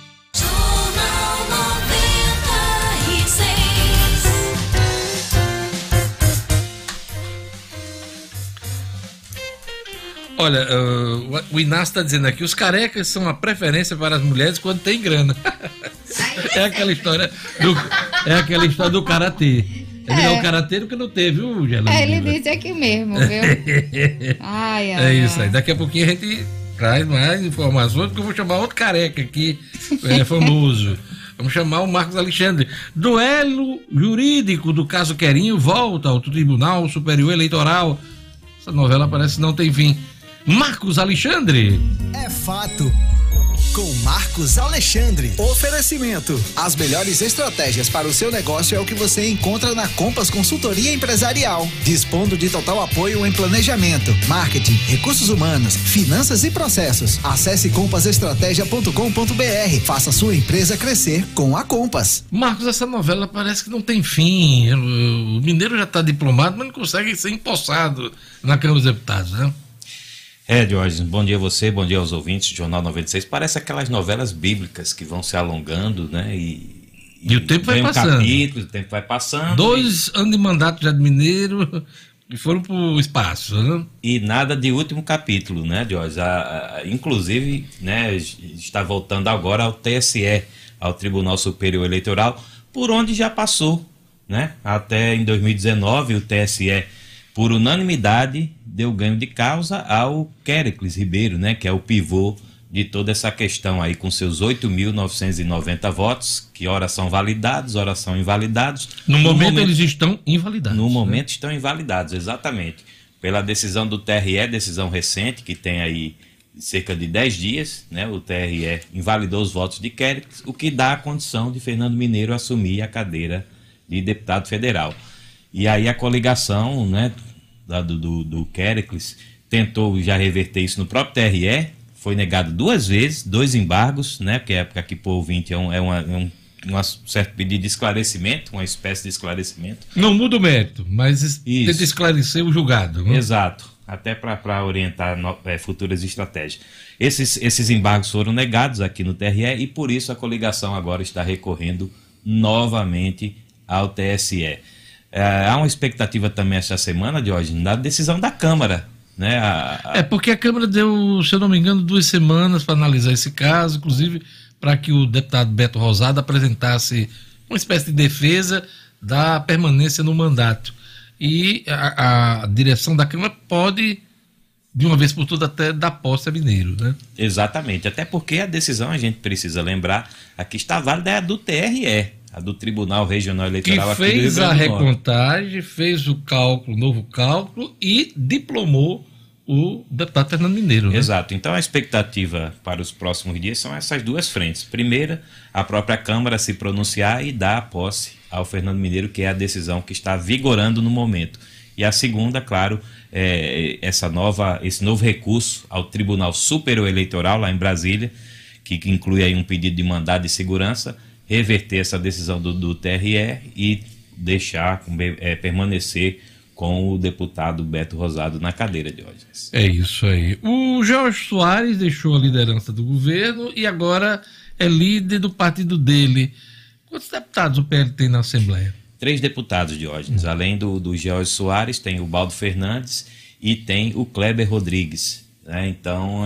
Olha, o Inácio está dizendo aqui, os carecas são a preferência para as mulheres quando tem grana. É aquela história do karatê. É o karateiro que não teve, viu, Gelane? Ele disse aqui mesmo, viu? É isso aí. Daqui a pouquinho a gente traz mais informações, porque eu vou chamar outro careca aqui, famoso. Vamos chamar o Marcos Alexandre. Duelo jurídico do caso Querinho volta ao Tribunal Superior Eleitoral. Essa novela parece que não tem fim. Marcos Alexandre. É fato. Com Marcos Alexandre. Oferecimento. As melhores estratégias para o seu negócio é o que você encontra na Compass Consultoria Empresarial. Dispondo de total apoio em planejamento, marketing, recursos humanos, finanças e processos. Acesse compassestratégia.com.br. Faça sua empresa crescer com a Compass. Marcos, essa novela parece que não tem fim. O mineiro já está diplomado, mas não consegue ser empossado na Câmara dos Deputados, né? Diógenes, bom dia a você, bom dia aos ouvintes do Jornal 96. Parece aquelas novelas bíblicas que vão se alongando, né? E E o tempo vai passando. Capítulo, o tempo vai passando. 2 anos de mandato já de Mineiro e foram para o espaço, né? E nada de último capítulo, né, Jorge? Inclusive, né, está voltando agora ao TSE, ao Tribunal Superior Eleitoral, por onde já passou, né? Até em 2019, o TSE, por unanimidade, deu ganho de causa ao Quéricles Ribeiro, né, que é o pivô de toda essa questão aí, com seus 8.990 votos, que ora são validados, ora são invalidados. No momento eles estão invalidados. No momento estão invalidados, exatamente. Pela decisão do TRE, decisão recente, que tem aí cerca de 10 dias, né, o TRE invalidou os votos de Quéricles, o que dá a condição de Fernando Mineiro assumir a cadeira de deputado federal. E aí a coligação, né, do Quéricles tentou já reverter isso no próprio TRE, foi negado 2 vezes, 2 embargos, né? Porque aqui por ouvinte é um certo pedido de esclarecimento, uma espécie de esclarecimento. Não muda o mérito, mas tenta esclarecer o julgado. Né? Exato, até para orientar futuras estratégias. Esses embargos foram negados aqui no TRE e por isso a coligação agora está recorrendo novamente ao TSE. Há uma expectativa também esta semana, Jorge, da decisão da Câmara. Né, porque a Câmara deu, se eu não me engano, 2 semanas para analisar esse caso, inclusive para que o deputado Beto Rosado apresentasse uma espécie de defesa da permanência no mandato. E a direção da Câmara pode, de uma vez por todas, até dar posse a Mineiro, né? Exatamente, até porque a decisão, a gente precisa lembrar, aqui está válida, é a do TRE, a do Tribunal Regional Eleitoral aqui do Rio Grande do Norte. Que fez a recontagem, fez o cálculo, novo cálculo e diplomou o deputado Fernando Mineiro. Né? Exato. Então a expectativa para os próximos dias são essas 2 frentes. Primeira, a própria Câmara se pronunciar e dar a posse ao Fernando Mineiro, que é a decisão que está vigorando no momento. E a segunda, claro, esse novo recurso ao Tribunal Superior Eleitoral lá em Brasília, que inclui aí um pedido de mandado de segurança, reverter essa decisão do TRE e deixar permanecer com o deputado Beto Rosado na cadeira de hoje. É isso aí. O Jorge Soares deixou a liderança do governo e agora é líder do partido dele. Quantos deputados o PL tem na Assembleia? 3 deputados, Diógenes. Além do Jorge Soares, tem o Baldo Fernandes e tem o Kleber Rodrigues. Né? Então,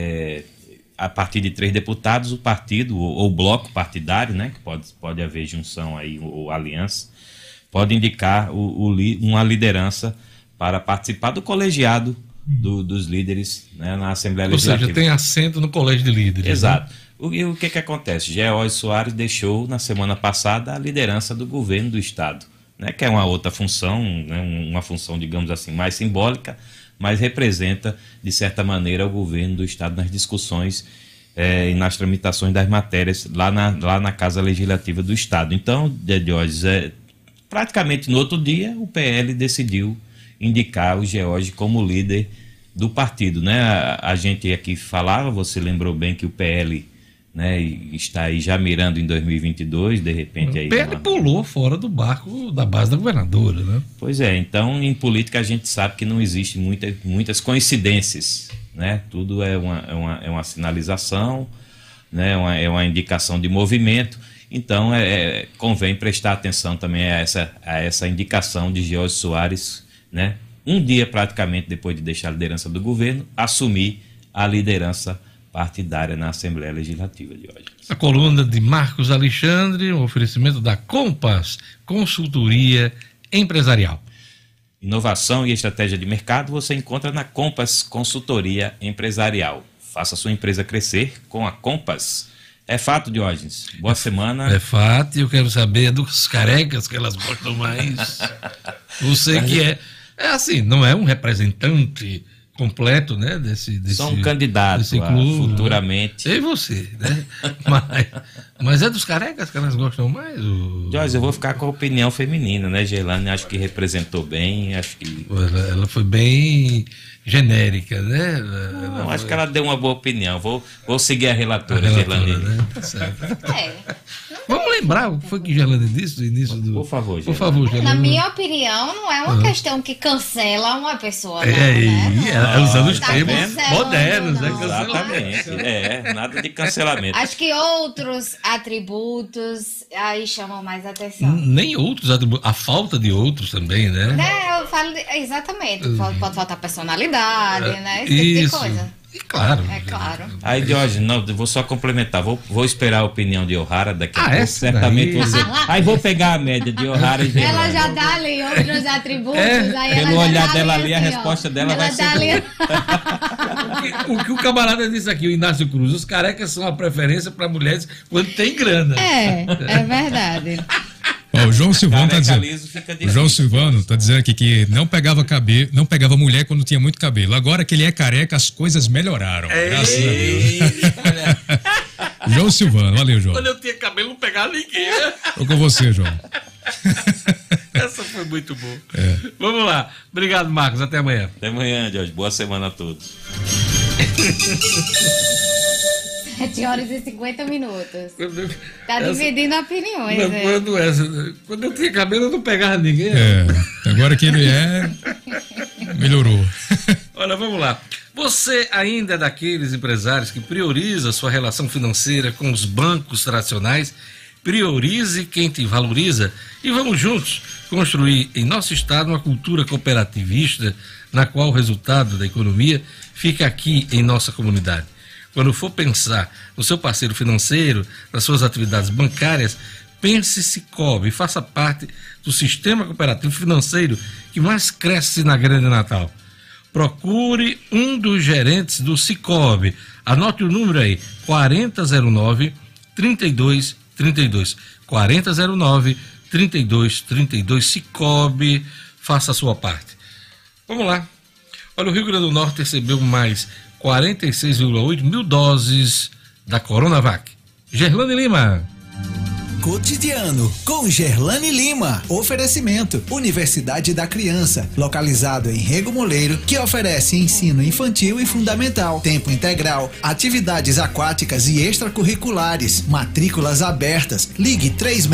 a partir de 3 deputados, o partido, ou bloco partidário, né, que pode haver junção aí, ou aliança, pode indicar uma liderança para participar do colegiado dos líderes, né, na Assembleia Legislativa. Ou seja, tem assento no colégio de líderes. Exato. Né? O que acontece? George Soares deixou na semana passada a liderança do governo do Estado, né, que é uma outra função, né, uma função, digamos assim, mais simbólica, mas representa, de certa maneira, o governo do Estado nas discussões e nas tramitações das matérias lá na Casa Legislativa do Estado. Então, Jorge, praticamente no outro dia, o PL decidiu indicar o George como líder do partido. Né? A gente aqui falava, você lembrou bem que o PL, né, está aí já mirando em 2022, de repente... O PL pulou fora do barco da base da governadora. Né? Pois é, então em política a gente sabe que não existe muitas coincidências. Né? Tudo é uma sinalização, né? É uma indicação de movimento. Então, convém prestar atenção também a essa indicação de Jorge Soares, né? Um dia praticamente depois de deixar a liderança do governo, assumir a liderança partidária na Assembleia Legislativa de hoje. A coluna de Marcos Alexandre, um oferecimento da Compass, consultoria empresarial. Inovação e estratégia de mercado você encontra na Compass Consultoria Empresarial. Faça sua empresa crescer com a Compass. É fato, Diógenes. Boa semana. É fato, e eu quero saber dos carecas que elas gostam mais. Você que é assim, não é um representante completo, né, desse só um candidato clube, futuramente. Né? E você, né? mas é dos carecas que elas gostam mais? Jorge, eu vou ficar com a opinião feminina, né, Gelane? Acho que representou bem, acho que... Ela foi bem genérica, né? Acho que ela deu uma boa opinião. Vou seguir a relatora, Gelane. Né? Tá certo. Vamos lembrar o que foi que Gerlane disse no início do... Por favor, Gerlane. Por favor, Gerlane. Na minha opinião, não é uma questão que cancela uma pessoa, não, usando os Tá termos cancelando, modernos, né? não. Exatamente. Nada de cancelamento. Acho que outros atributos aí chamam mais atenção. Nem outros atributos, a falta de outros também, né? Eu falo exatamente. Pode faltar personalidade, né? Esse Isso. tipo de coisa. Claro. É claro. Aí, Jorge, não, eu vou só complementar. Vou esperar a opinião de O'Hara daqui a pouco. essa Certamente daí? você. Aí vou pegar a média de O'Hara e Gerlane. Ela já dá ali outros atributos. Aí Pelo ela olhar já dela ali, ali, a assim, resposta dela ela vai ser dá ali... O que o camarada disse aqui, o Inácio Cruz, os carecas são a preferência para mulheres quando tem grana. É verdade. Ó, o João Silvano tá Careca dizendo. liso fica O difícil. João Silvano tá dizendo aqui que não pegava mulher quando tinha muito cabelo. Agora que ele é careca, as coisas melhoraram. Graças a Deus. João Silvano, valeu, João. Quando eu tinha cabelo, não pegava ninguém. Tô com você, João. Essa foi muito boa. Vamos lá. Obrigado, Marcos. Até amanhã. Até amanhã, Jorge. Boa semana a todos. 7h50. Tá dividindo opiniões. Quando eu tinha cabelo, eu não pegava ninguém. Agora que ele melhorou. Olha, vamos lá. Você ainda é daqueles empresários que prioriza sua relação financeira com os bancos tradicionais? Priorize quem te valoriza e vamos juntos construir em nosso estado uma cultura cooperativista na qual o resultado da economia fica aqui em nossa comunidade. Quando for pensar no seu parceiro financeiro, nas suas atividades bancárias, pense Sicoob e faça parte do sistema cooperativo financeiro que mais cresce na Grande Natal. Procure um dos gerentes do Sicoob. Anote o número aí, 4009-3232. 4009-3232. Sicoob, faça a sua parte. Vamos lá. Olha, o Rio Grande do Norte recebeu mais 46,8 mil doses da Coronavac. Gerlane Lima. Cotidiano com Gerlane Lima. Oferecimento: Universidade da Criança, localizado em Rego Moleiro, que oferece ensino infantil e fundamental, tempo integral, atividades aquáticas e extracurriculares. Matrículas abertas. Ligue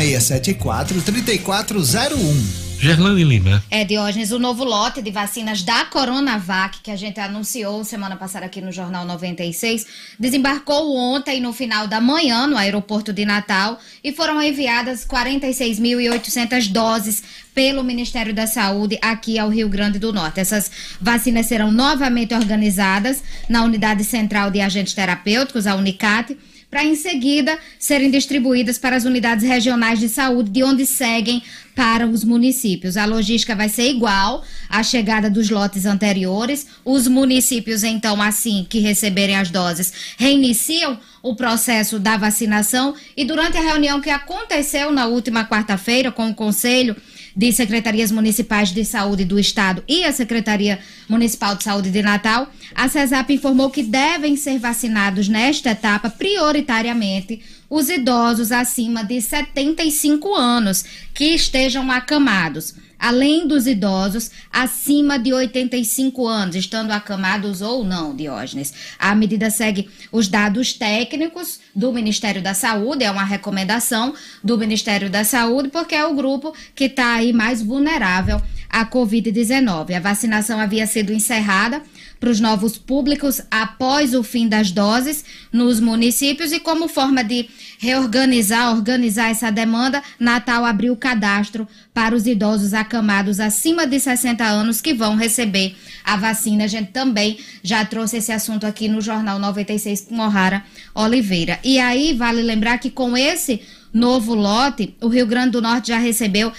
3674-3401. Gerlane Lima. Diógenes, o novo lote de vacinas da Coronavac, que a gente anunciou semana passada aqui no Jornal 96, desembarcou ontem no final da manhã no aeroporto de Natal e foram enviadas 46.800 doses pelo Ministério da Saúde aqui ao Rio Grande do Norte. Essas vacinas serão novamente organizadas na Unidade Central de Agentes Terapêuticos, a Unicat, para em seguida serem distribuídas para as unidades regionais de saúde, de onde seguem para os municípios. A logística vai ser igual à chegada dos lotes anteriores. Os municípios, então, assim que receberem as doses, reiniciam o processo da vacinação e durante a reunião que aconteceu na última quarta-feira com o Conselho de Secretarias Municipais de Saúde do Estado e a Secretaria Municipal de Saúde de Natal, a CESAP informou que devem ser vacinados nesta etapa prioritariamente os idosos acima de 75 anos que estejam acamados, além dos idosos acima de 85 anos, estando acamados ou não, Diógenes. A medida segue os dados técnicos do Ministério da Saúde, é uma recomendação do Ministério da Saúde, porque é o grupo que está aí mais vulnerável à Covid-19. A vacinação havia sido encerrada para os novos públicos após o fim das doses nos municípios e como forma de organizar essa demanda, Natal abriu o cadastro para os idosos acamados acima de 60 anos que vão receber a vacina. A gente também já trouxe esse assunto aqui no Jornal 96 com O'Hara Oliveira. E aí vale lembrar que com esse novo lote, o Rio Grande do Norte já recebeu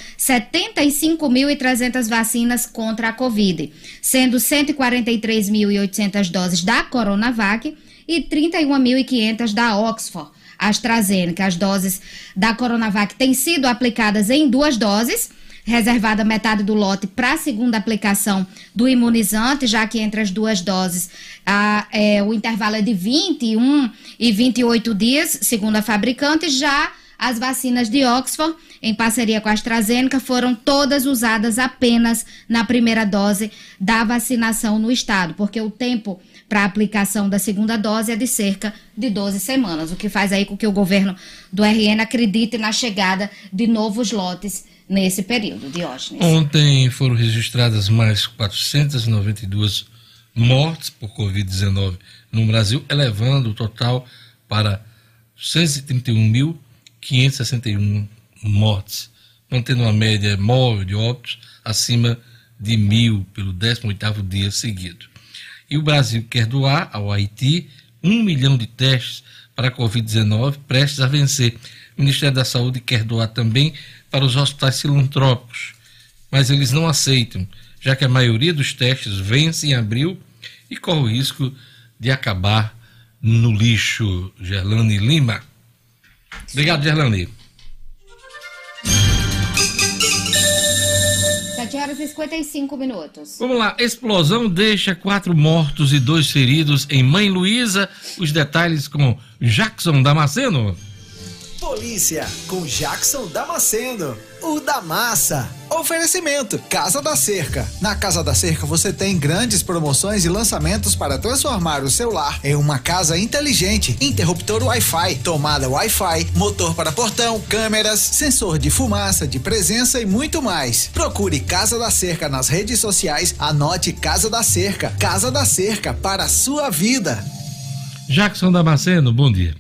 75.300 vacinas contra a Covid, sendo 143.800 doses da Coronavac e 31.500 da Oxford AstraZeneca. As doses da Coronavac têm sido aplicadas em 2 doses, reservada metade do lote para a segunda aplicação do imunizante, já que entre as 2 doses o intervalo é de 21 e 28 dias, segundo a fabricante. Já As vacinas de Oxford, em parceria com a AstraZeneca, foram todas usadas apenas na primeira dose da vacinação no estado, porque o tempo para a aplicação da segunda dose é de cerca de 12 semanas, o que faz aí com que o governo do RN acredite na chegada de novos lotes nesse período, Diógenes. Ontem foram registradas mais 492 mortes por Covid-19 no Brasil, elevando o total para 131.561 mortes, mantendo uma média móvel de óbitos acima de 1.000 pelo 18º dia seguido. E o Brasil quer doar ao Haiti 1 milhão de testes para a Covid-19, prestes a vencer. O Ministério da Saúde quer doar também para os hospitais filantrópicos, mas eles não aceitam, já que a maioria dos testes vence em abril e corre o risco de acabar no lixo. Gerlane Lima. Obrigado, Gerlane. 7h55. Vamos lá, explosão deixa 4 mortos e 2 feridos em Mãe Luísa. Os detalhes com Jackson Damasceno. Polícia, com Jackson Damasceno, o da massa. Oferecimento, Casa da Cerca. Na Casa da Cerca você tem grandes promoções e lançamentos para transformar o seu lar em uma casa inteligente. Interruptor Wi-Fi, tomada Wi-Fi, motor para portão, câmeras, sensor de fumaça, de presença e muito mais. Procure Casa da Cerca nas redes sociais, anote Casa da Cerca. Casa da Cerca, para a sua vida. Jackson Damasceno, bom dia.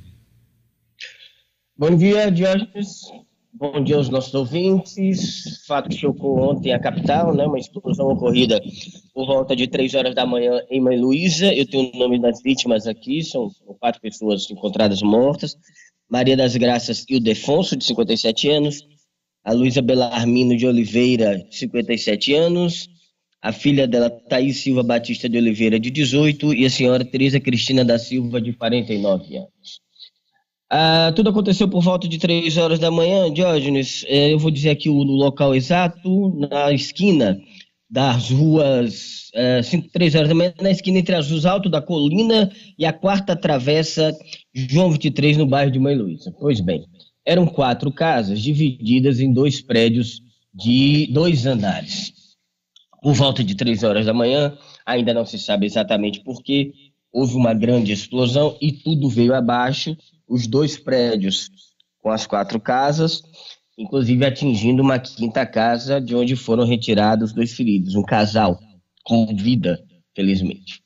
Bom dia, Diógenes. Bom dia aos nossos ouvintes. Fato que chocou ontem a capital, né? Uma explosão ocorrida por volta de 3 horas da manhã em Mãe Luísa. Eu tenho o nome das vítimas aqui, são 4 pessoas encontradas mortas. Maria das Graças Ildefonso, de 57 anos. A Luísa Belarmino de Oliveira, de 57 anos. A filha dela, Thaís Silva Batista de Oliveira, de 18. E a senhora Tereza Cristina da Silva, de 49 anos. Tudo aconteceu por volta de 3 horas da manhã, Diógenes. Eu vou dizer aqui o local exato, na esquina das ruas, 3 horas da manhã, na esquina entre as ruas Alto da Colina e a 4ª Travessa João 23, no bairro de Mãe Luísa. Pois bem, eram 4 casas divididas em 2 prédios de 2 andares. Por volta de 3 horas da manhã, ainda não se sabe exatamente por quê, houve uma grande explosão e tudo veio abaixo. Os 2 prédios com as 4 casas, inclusive atingindo uma 5ª casa, de onde foram retirados 2 feridos, um casal com vida, felizmente.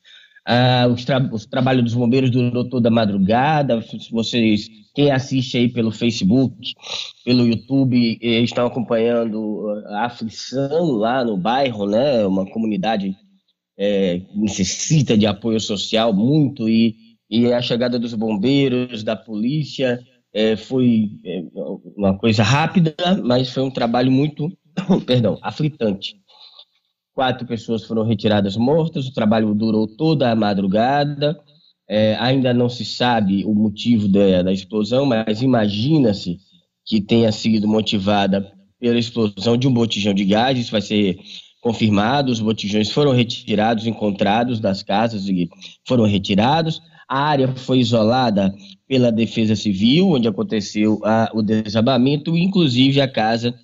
O trabalho dos bombeiros durou toda a madrugada. Quem assiste aí pelo Facebook, pelo YouTube, estão acompanhando a aflição lá no bairro, né? Uma comunidade necessita de apoio social muito e a chegada dos bombeiros, da polícia, foi uma coisa rápida, mas foi um trabalho muito, aflitante. 4 pessoas foram retiradas mortas, o trabalho durou toda a madrugada, ainda não se sabe o motivo da explosão, mas imagina-se que tenha sido motivada pela explosão de um botijão de gás. Isso vai ser confirmado. Os botijões foram retirados, encontrados das casas e foram retirados. A área foi isolada pela Defesa Civil, onde aconteceu o desabamento, inclusive a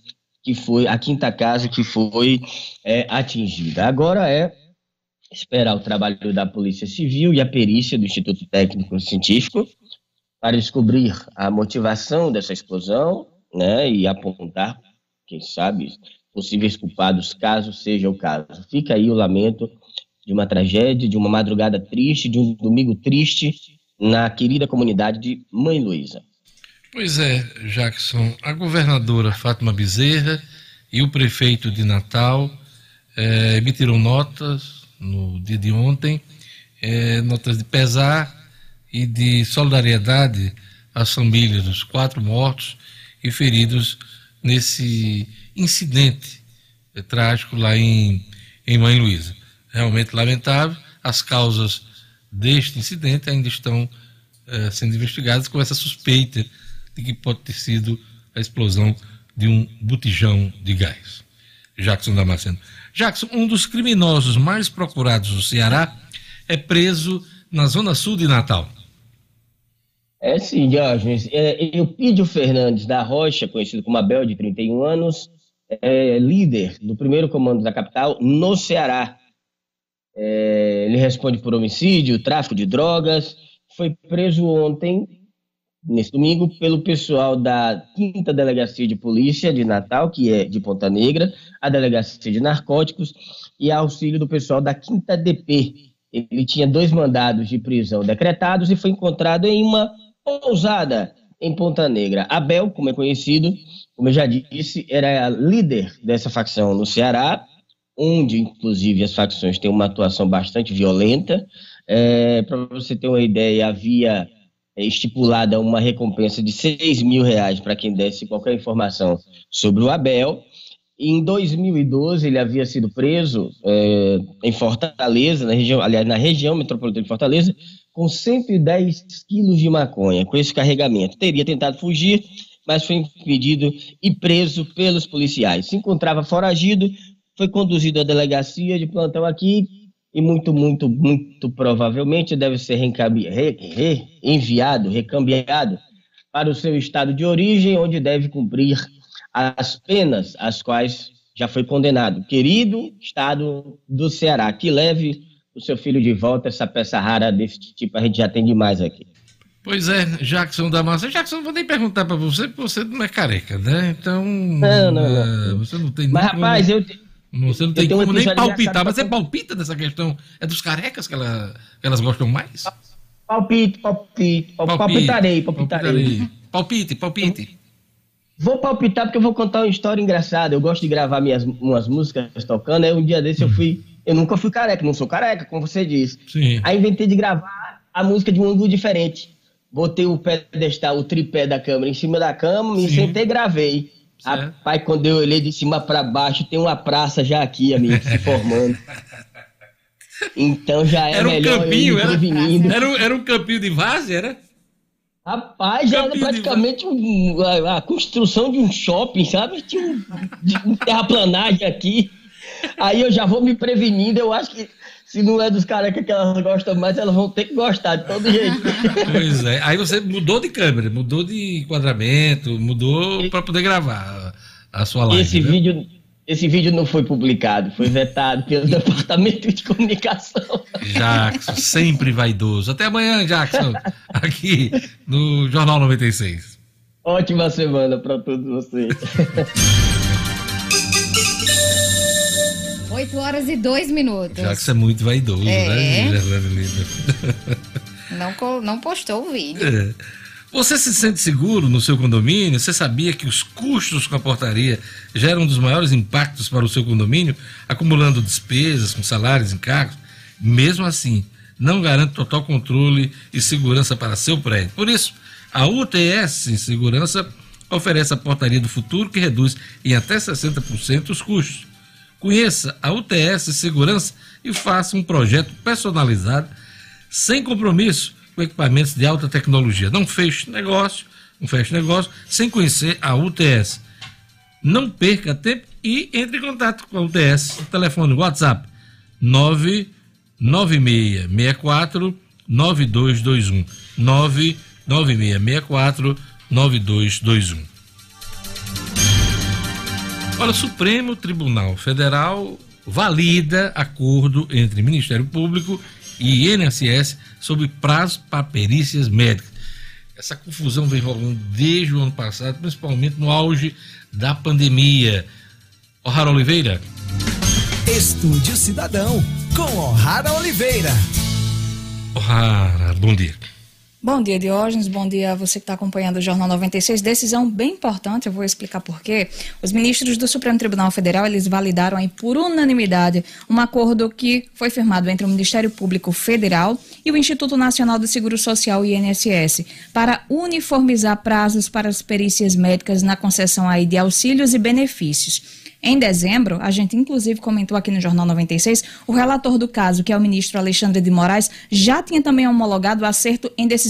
5ª casa que foi atingida. Agora é esperar o trabalho da Polícia Civil e a perícia do Instituto Técnico Científico para descobrir a motivação dessa explosão, né, e apontar, quem sabe, possíveis culpados, caso seja o caso. Fica aí o lamento de uma tragédia, de uma madrugada triste, de um domingo triste na querida comunidade de Mãe Luísa. Pois é, Jackson, a governadora Fátima Bezerra e o prefeito de Natal emitiram notas no dia de ontem, notas de pesar e de solidariedade às famílias dos 4 mortos e feridos nesse incidente trágico lá em Mãe Luísa. Realmente lamentável. As causas deste incidente ainda estão sendo investigadas, com essa suspeita de que pode ter sido a explosão de um botijão de gás. Jackson Damasceno. Jackson, um dos criminosos mais procurados do Ceará é preso na zona sul de Natal. Sim, Diógenes. Eupídio Fernandes da Rocha, conhecido como Abel, de 31 anos, líder do primeiro comando da capital no Ceará. Ele responde por homicídio, tráfico de drogas. Foi preso ontem, nesse domingo, pelo pessoal da 5ª Delegacia de Polícia de Natal, que é de Ponta Negra, a Delegacia de Narcóticos e auxílio do pessoal da 5ª DP. Ele tinha 2 mandados de prisão decretados e foi encontrado em uma pousada em Ponta Negra. Abel, como é conhecido, como eu já disse, era líder dessa facção no Ceará, onde, inclusive, as facções têm uma atuação bastante violenta. Para você ter uma ideia, havia estipulada uma recompensa de R$6 mil para quem desse qualquer informação sobre o Abel. Em 2012, ele havia sido preso em Fortaleza, na região metropolitana de Fortaleza, com 110 quilos de maconha, com esse carregamento. Teria tentado fugir, mas foi impedido e preso pelos policiais. Se encontrava foragido, foi conduzido à delegacia de plantão aqui e muito provavelmente deve ser recambiado para o seu estado de origem, onde deve cumprir as penas às quais já foi condenado. Querido estado do Ceará, que leve o seu filho de volta. Essa peça rara desse tipo a gente já tem demais aqui. Pois é, Jackson da Massa. Jackson, não vou nem perguntar pra você, porque você não é careca, né? Então... Não. Você não tem Mas, rapaz, você não tem como nem palpitar. Mas você palpita nessa questão? É dos carecas que elas gostam mais? Palpitarei. Palpite. Vou palpitar porque eu vou contar uma história engraçada. Eu gosto de gravar umas músicas tocando. Aí um dia desse eu nunca fui careca, não sou careca, como você disse. Sim. Aí inventei de gravar a música de um ângulo diferente. Botei o pedestal, o tripé da câmera em cima da cama, me sentei e gravei. Certo. Rapaz, quando eu olhei de cima pra baixo, tem uma praça já aqui, amigo, se formando. Então já era melhor um campinho, eu ir prevenindo. Era um campinho de várzea, era? Rapaz, já era praticamente a construção de um shopping, sabe? Tinha um terraplanagem aqui. Aí eu já vou me prevenindo. Eu acho que se não é dos carecas que elas gostam mais, elas vão ter que gostar de todo jeito. Pois é. Aí você mudou de câmera, mudou de enquadramento, mudou para poder gravar a sua live. Esse vídeo não foi publicado, foi vetado pelo Departamento de Comunicação. Jackson, sempre vaidoso. Até amanhã, Jackson, aqui no Jornal 96. Ótima semana para todos vocês. 8h02. Jackson é muito vaidoso, né? Não postou o vídeo. Você se sente seguro no seu condomínio? Você sabia que os custos com a portaria geram um dos maiores impactos para o seu condomínio, acumulando despesas com salários, encargos? Mesmo assim, não garante total controle e segurança para seu prédio. Por isso, a UTS Segurança oferece a portaria do futuro, que reduz em até 60% os custos. Conheça a UTS Segurança e faça um projeto personalizado, sem compromisso, com equipamentos de alta tecnologia. Não feche negócio sem conhecer a UTS. Não perca tempo e entre em contato com a UTS. O telefone WhatsApp 99664-9221. 99664-9221. Olha, o Supremo Tribunal Federal valida acordo entre Ministério Público e INSS sobre prazo para perícias médicas. Essa confusão vem rolando desde o ano passado, principalmente no auge da pandemia. O'Hara Oliveira. Estúdio Cidadão, com O'Hara Oliveira. O'Hara, bom dia. Bom dia, Diógenes. Bom dia a você que está acompanhando o Jornal 96. Decisão bem importante, eu vou explicar por quê. Os ministros do Supremo Tribunal Federal, eles validaram aí por unanimidade um acordo que foi firmado entre o Ministério Público Federal e o Instituto Nacional do Seguro Social, INSS, para uniformizar prazos para as perícias médicas na concessão aí de auxílios e benefícios. Em dezembro, a gente inclusive comentou aqui no Jornal 96, o relator do caso, que é o ministro Alexandre de Moraes, já tinha também homologado o acerto em decisão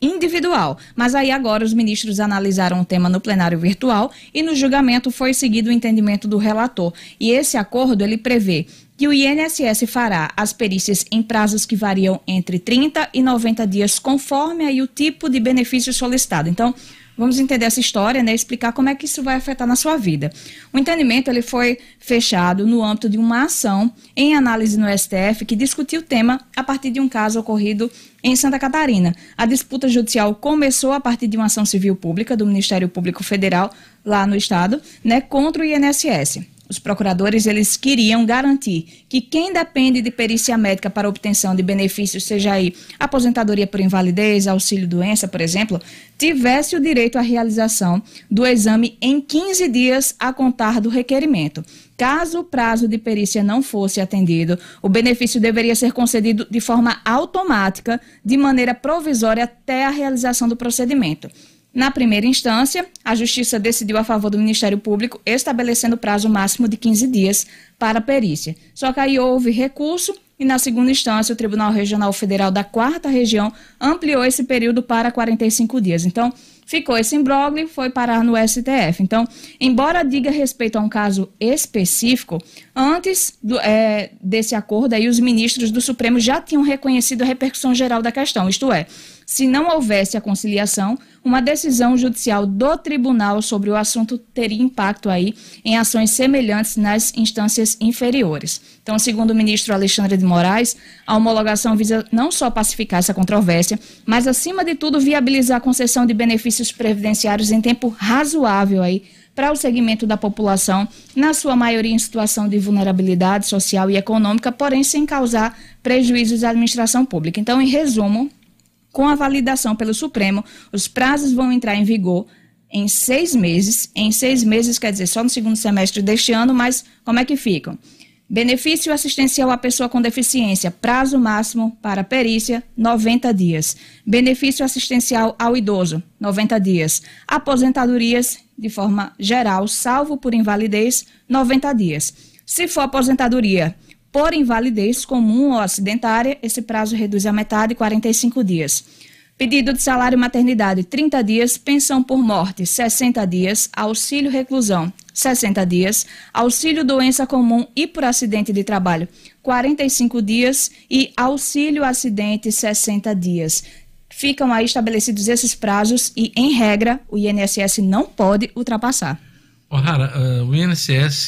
individual. Mas aí agora os ministros analisaram o tema no plenário virtual e no julgamento foi seguido o entendimento do relator. E esse acordo, ele prevê que o INSS fará as perícias em prazos que variam entre 30 e 90 dias, conforme aí o tipo de benefício solicitado. Então, vamos entender essa história, né, explicar como é que isso vai afetar na sua vida. O entendimento ele foi fechado no âmbito de uma ação em análise no STF que discutiu o tema a partir de um caso ocorrido em Santa Catarina. A disputa judicial começou a partir de uma ação civil pública do Ministério Público Federal lá no estado, né, contra o INSS. Os procuradores, eles queriam garantir que quem depende de perícia médica para obtenção de benefícios, seja aí aposentadoria por invalidez, auxílio-doença, por exemplo, tivesse o direito à realização do exame em 15 dias a contar do requerimento. Caso o prazo de perícia não fosse atendido, o benefício deveria ser concedido de forma automática, de maneira provisória, até a realização do procedimento. Na primeira instância, a Justiça decidiu a favor do Ministério Público, estabelecendo prazo máximo de 15 dias para a perícia. Só que aí houve recurso e, na segunda instância, o Tribunal Regional Federal da 4ª Região ampliou esse período para 45 dias. Então, ficou esse imbróglio e foi parar no STF. Então, embora diga respeito a um caso específico, antes desse acordo, aí, os ministros do Supremo já tinham reconhecido a repercussão geral da questão, isto é, se não houvesse a conciliação, uma decisão judicial do tribunal sobre o assunto teria impacto aí em ações semelhantes nas instâncias inferiores. Então, segundo o ministro Alexandre de Moraes, a homologação visa não só pacificar essa controvérsia, mas, acima de tudo, viabilizar a concessão de benefícios previdenciários em tempo razoável aí para o segmento da população, na sua maioria em situação de vulnerabilidade social e econômica, porém sem causar prejuízos à administração pública. Então, em resumo, com a validação pelo Supremo, os prazos vão entrar em vigor em 6 meses. Em 6 meses, quer dizer, só no segundo semestre deste ano, mas como é que ficam? Benefício assistencial à pessoa com deficiência, prazo máximo para perícia, 90 dias. Benefício assistencial ao idoso, 90 dias. Aposentadorias, de forma geral, salvo por invalidez, 90 dias. Se for aposentadoria por invalidez comum ou acidentária, esse prazo reduz a metade, 45 dias. Pedido de salário maternidade, 30 dias. Pensão por morte, 60 dias. Auxílio reclusão, 60 dias. Auxílio doença comum e por acidente de trabalho, 45 dias. E auxílio acidente, 60 dias. Ficam aí estabelecidos esses prazos e, em regra, o INSS não pode ultrapassar. O'Hara, o INSS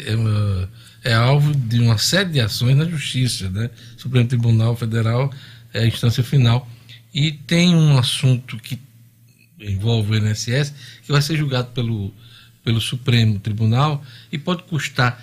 é alvo de uma série de ações na Justiça, né? Supremo Tribunal Federal é a instância final. E tem um assunto que envolve o INSS que vai ser julgado pelo Supremo Tribunal e pode custar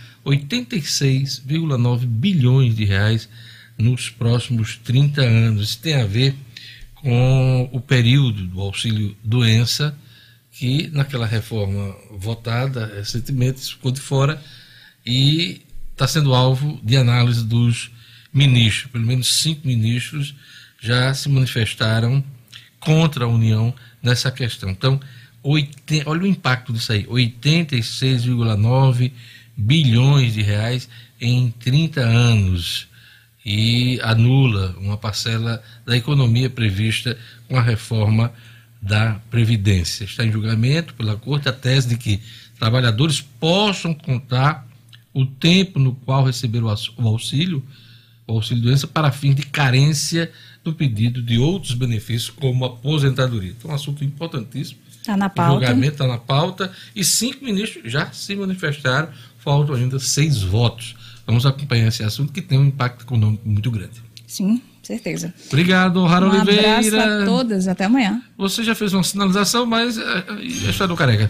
86,9 bilhões de reais nos próximos 30 anos. Isso tem a ver com o período do auxílio-doença, que naquela reforma votada recentemente ficou de fora e está sendo alvo de análise dos ministros. Pelo menos 5 ministros já se manifestaram contra a União nessa questão. Então, olha o impacto disso aí, 86,9 bilhões de reais em 30 anos e anula uma parcela da economia prevista com a reforma da Previdência. Está em julgamento pela Corte a tese de que trabalhadores possam contar o tempo no qual receberam o auxílio-doença para fim de carência do pedido de outros benefícios, como aposentadoria. Então, um assunto importantíssimo. Está na pauta. O julgamento está na pauta e 5 ministros já se manifestaram, faltam ainda 6 votos. Vamos acompanhar esse assunto que tem um impacto econômico muito grande. Sim, certeza. Obrigado, O'Hara Oliveira. Um abraço a todas, até amanhã. Você já fez uma sinalização, mas a história do careca.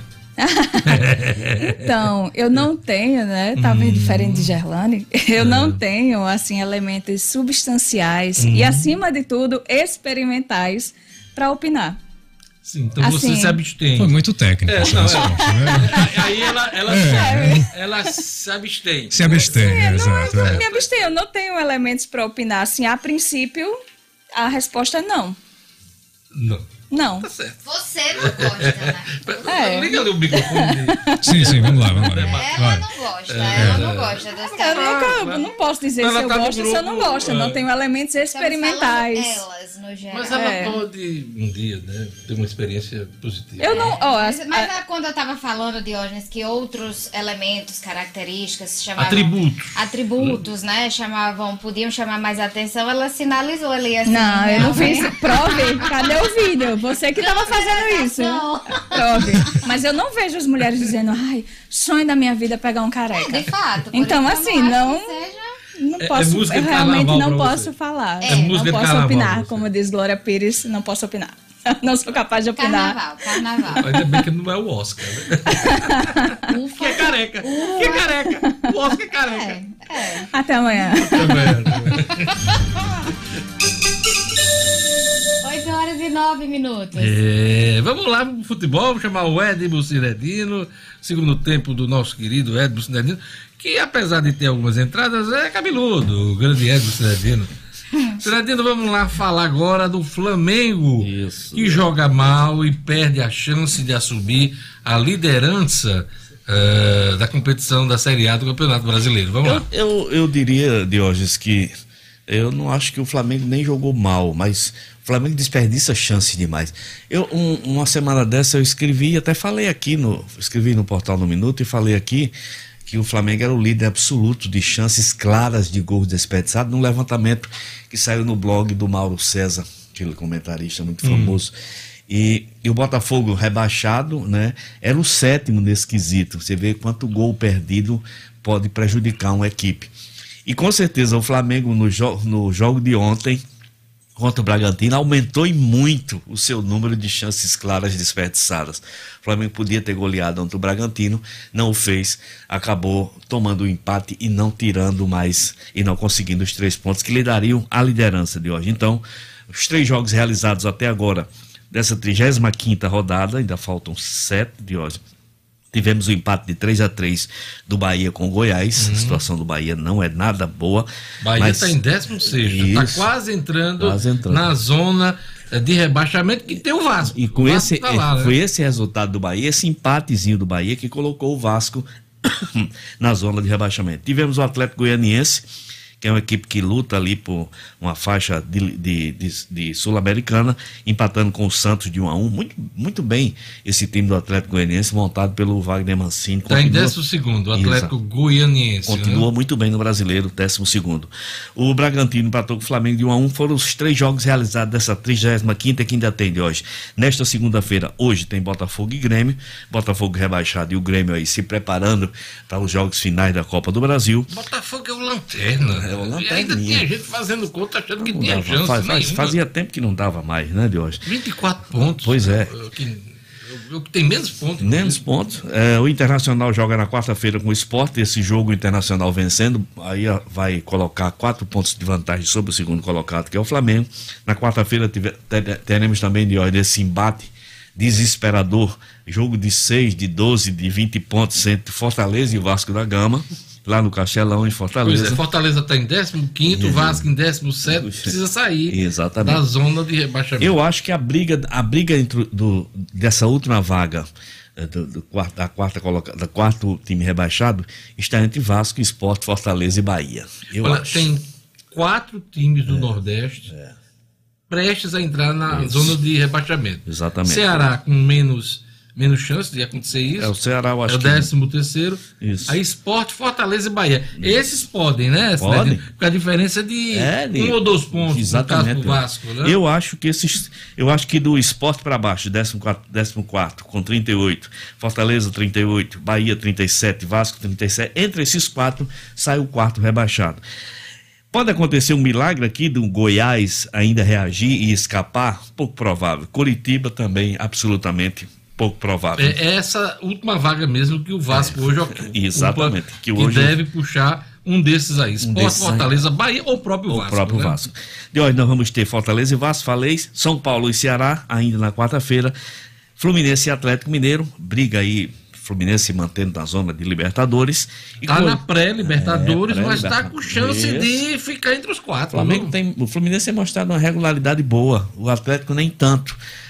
Então, eu não tenho, né? Talvez diferente de Gerlane, eu não tenho, assim, elementos substanciais e, acima de tudo, experimentais para opinar. Sim, então assim, você se abstém. Foi muito técnico. Aí ela se abstém. Se abstém, exato. Eu me abstenho, eu não tenho elementos para opinar. Assim, a princípio, a resposta é não. Não. Tá certo. Você não gosta, né? Liga ali o microfone. Sim, vamos lá. Ela não gosta, ela não gosta dessa Eu não posso dizer se eu gosto ou se eu não gosto. Eu não tenho elementos experimentais. Elas, pessoas, no geral. Mas ela pode, um dia, né, ter uma experiência positiva. Eu não... Mas quando eu estava falando, Diógenes, que outros elementos, características, chamavam... Atributos, né? Podiam chamar mais atenção, ela sinalizou ali assim. Não, eu não fiz. Prove, cadê o vídeo? Você que estava fazendo isso. Prove. Mas eu não vejo as mulheres dizendo, ai, sonho da minha vida é pegar um careca. De fato. Então, assim, não posso, eu realmente não posso falar. Não posso opinar, como diz Glória Pires, não posso opinar. Não sou capaz de opinar. Carnaval. Ainda bem que não é o Oscar, né? Que é careca. Que é careca. O Oscar é careca. Até amanhã. 8h09. Vamos lá pro futebol, vamos chamar o Edmo Cinedino, segundo tempo do nosso querido Edmo Cinedino, que apesar de ter algumas entradas, é cabeludo, o grande Edmo Cinedino. Cinedino, vamos lá falar agora do Flamengo, que joga mal e perde a chance de assumir a liderança da competição da Série A do Campeonato Brasileiro. Vamos lá. Eu diria, Diógenes, que eu não acho que o Flamengo nem jogou mal, mas o Flamengo desperdiça chance demais. Uma semana dessa eu escrevi, até falei aqui, escrevi no Portal no Minuto e falei aqui que o Flamengo era o líder absoluto de chances claras de gols desperdiçados num levantamento que saiu no blog do Mauro César, aquele comentarista muito famoso. E o Botafogo rebaixado, né, era o 7º nesse quesito. Você vê quanto gol perdido pode prejudicar uma equipe. E com certeza o Flamengo no jogo de ontem contra o Bragantino aumentou e muito o seu número de chances claras desperdiçadas. O Flamengo podia ter goleado contra o Bragantino, não o fez, acabou tomando o empate e não tirando mais, e não conseguindo os 3 pontos que lhe dariam a liderança de hoje. Então, os 3 jogos realizados até agora dessa 35ª rodada, ainda faltam 7 de hoje. Tivemos o empate de 3-3 do Bahia com o Goiás. A situação do Bahia não é nada boa. Bahia está em 16º, está quase entrando na zona de rebaixamento que tem o Vasco. E com foi esse resultado do Bahia, esse empatezinho do Bahia que colocou o Vasco na zona de rebaixamento. Tivemos o Atlético Goianiense, que é uma equipe que luta ali por uma faixa de Sul-Americana, empatando com o Santos de 1-1. Muito, muito bem esse time do Atlético Goianiense, montado pelo Wagner Mancini. Está em 12º, o Atlético Goianiense. Continua muito bem no Brasileiro, 12º. O Bragantino empatou com o Flamengo de 1-1. Foram os 3 jogos realizados dessa 35ª que ainda tem de hoje. Nesta segunda-feira, hoje tem Botafogo e Grêmio. Botafogo rebaixado e o Grêmio aí se preparando para os jogos finais da Copa do Brasil. Botafogo é o lanterna. E ainda tinha gente fazendo conta achando que tinha chance. Fazia tempo que não dava mais, né, de hoje. 24 pontos. Pois é. O que tem menos pontos. Menos pontos. O Internacional joga na quarta-feira com o Sport. Esse jogo, o Internacional vencendo, aí vai colocar 4 pontos de vantagem sobre o segundo colocado, que é o Flamengo. Na quarta-feira teremos também de hoje esse embate desesperador, jogo de 6, de 12, de 20 pontos entre Fortaleza e Vasco da Gama, lá no Castelão, em Fortaleza. Pois é, Fortaleza está em 15º, Vasco em 17º, precisa sair da zona de rebaixamento. Eu acho que a briga entre dessa última vaga, da quarto time rebaixado, está entre Vasco, Sport, Fortaleza e Bahia. Tem 4 times do Nordeste prestes a entrar na zona de rebaixamento. Exatamente. Ceará com menos chance de acontecer isso. O Ceará, eu acho que é o 13º. Aí Sport, Fortaleza e Bahia. Esses podem, né? Podem. Porque a diferença é de 1 ou 2 pontos. Exatamente. No caso do Vasco, né? Eu acho que do Sport para baixo, 14º com 38, Fortaleza 38, Bahia 37, Vasco 37. Entre esses 4 sai o 4º rebaixado. Pode acontecer um milagre aqui do Goiás ainda reagir e escapar? Pouco provável. Coritiba também, absolutamente pouco provável. É essa última vaga mesmo que o Vasco hoje ocupa. Exatamente. Que deve puxar um desses aí. Sport, Fortaleza, Bahia ou o próprio Vasco. De hoje nós vamos ter Fortaleza e Vasco, falei, São Paulo e Ceará, ainda na quarta-feira, Fluminense e Atlético Mineiro, briga aí, Fluminense se mantendo na zona de Libertadores. Está na pré-Libertadores, mas está com chance de ficar entre os 4. O Fluminense tem mostrado uma regularidade boa, o Atlético nem tanto.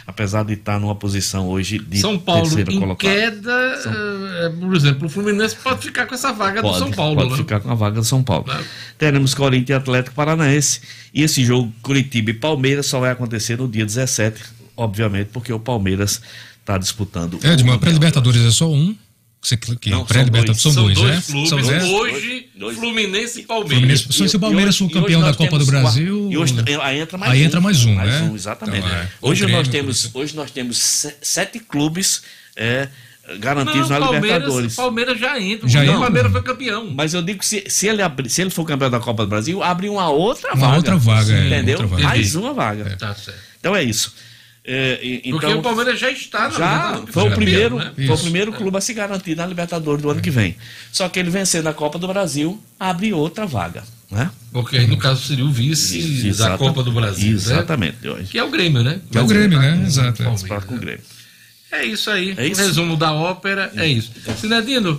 apesar de estar numa posição hoje de São Paulo terceira em colocada. queda, por exemplo, o Fluminense pode ficar com essa vaga do São Paulo. Pode né? ficar com a vaga do São Paulo. Teremos Corinthians e Atlético Paranaense, e esse jogo Curitiba e Palmeiras só vai acontecer no dia 17, obviamente, porque o Palmeiras está disputando. Edmar, a pré-Libertadores é só um? Não, pré-Libertadores são dois, né? Clubes, São dez? Hoje, Fluminense e Palmeiras. Só se o Palmeiras for campeão da Copa do Brasil. E hoje aí entra mais aí entra mais um, né? Exatamente. Então, hoje nós temos 7 clubes garantidos na Libertadores. O Palmeiras já entra. O Palmeiras foi campeão. Mas eu digo que se ele for campeão da Copa do Brasil, abre uma outra vaga. Uma outra vaga, entendeu? Outra vaga. Mais uma vaga. Tá certo. Então é isso. Então, porque o Palmeiras já está na foi o primeiro, né? foi o primeiro clube a se garantir na Libertadores do ano que vem. Só que ele vencendo a Copa do Brasil, abre outra vaga, né? Porque aí, no caso, seria o vice da Copa do Brasil. Exatamente. Né? Que é o Grêmio, né? Que é o Grêmio, né? Exato. Com o Grêmio. É isso aí. É isso? O resumo da ópera é isso. Sinedino,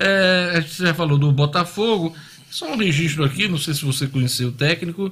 a gente já falou do Botafogo. Só um registro aqui, não sei se você conheceu o técnico.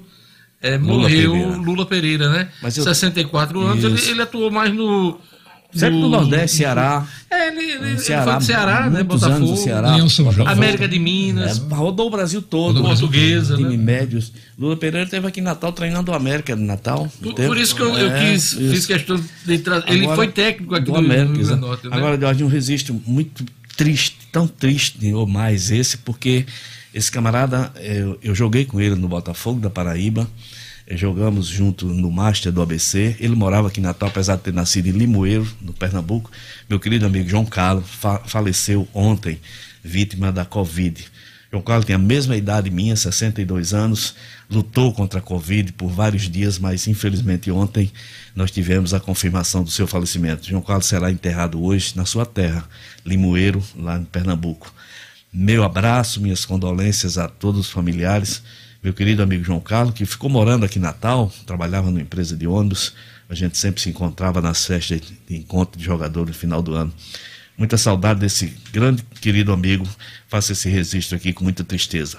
Morreu Lula Pereira, né? 64 anos, ele atuou mais no... Sempre no Nordeste, Ceará. Ele foi do Ceará, né? Botafogo, Ceará, América de Minas. Rodou o Brasil todo. Portuguesa, time né? médios. Lula Pereira esteve aqui em Natal treinando o América de Natal. Por isso que eu fiz questão de trazer. Ele foi técnico aqui do América. Rio Grande do Norte, né? Agora, Jorge, um registro muito triste, tão triste ou mais esse, porque esse camarada, eu joguei com ele no Botafogo da Paraíba. Jogamos junto no Master do ABC. Ele morava aqui em Natal, apesar de ter nascido em Limoeiro, no Pernambuco. Meu querido amigo João Carlos faleceu ontem, vítima da Covid. João Carlos tem a mesma idade minha, 62 anos, lutou contra a Covid por vários dias, mas infelizmente ontem nós tivemos a confirmação do seu falecimento. João Carlos será enterrado hoje na sua terra, Limoeiro, lá em Pernambuco. Meu abraço, minhas condolências a todos os familiares. Meu querido amigo João Carlos, que ficou morando aqui em Natal, trabalhava numa empresa de ônibus, a gente sempre se encontrava nas festas de encontro de jogador no final do ano. Muita saudade desse grande querido amigo, faço esse registro aqui com muita tristeza.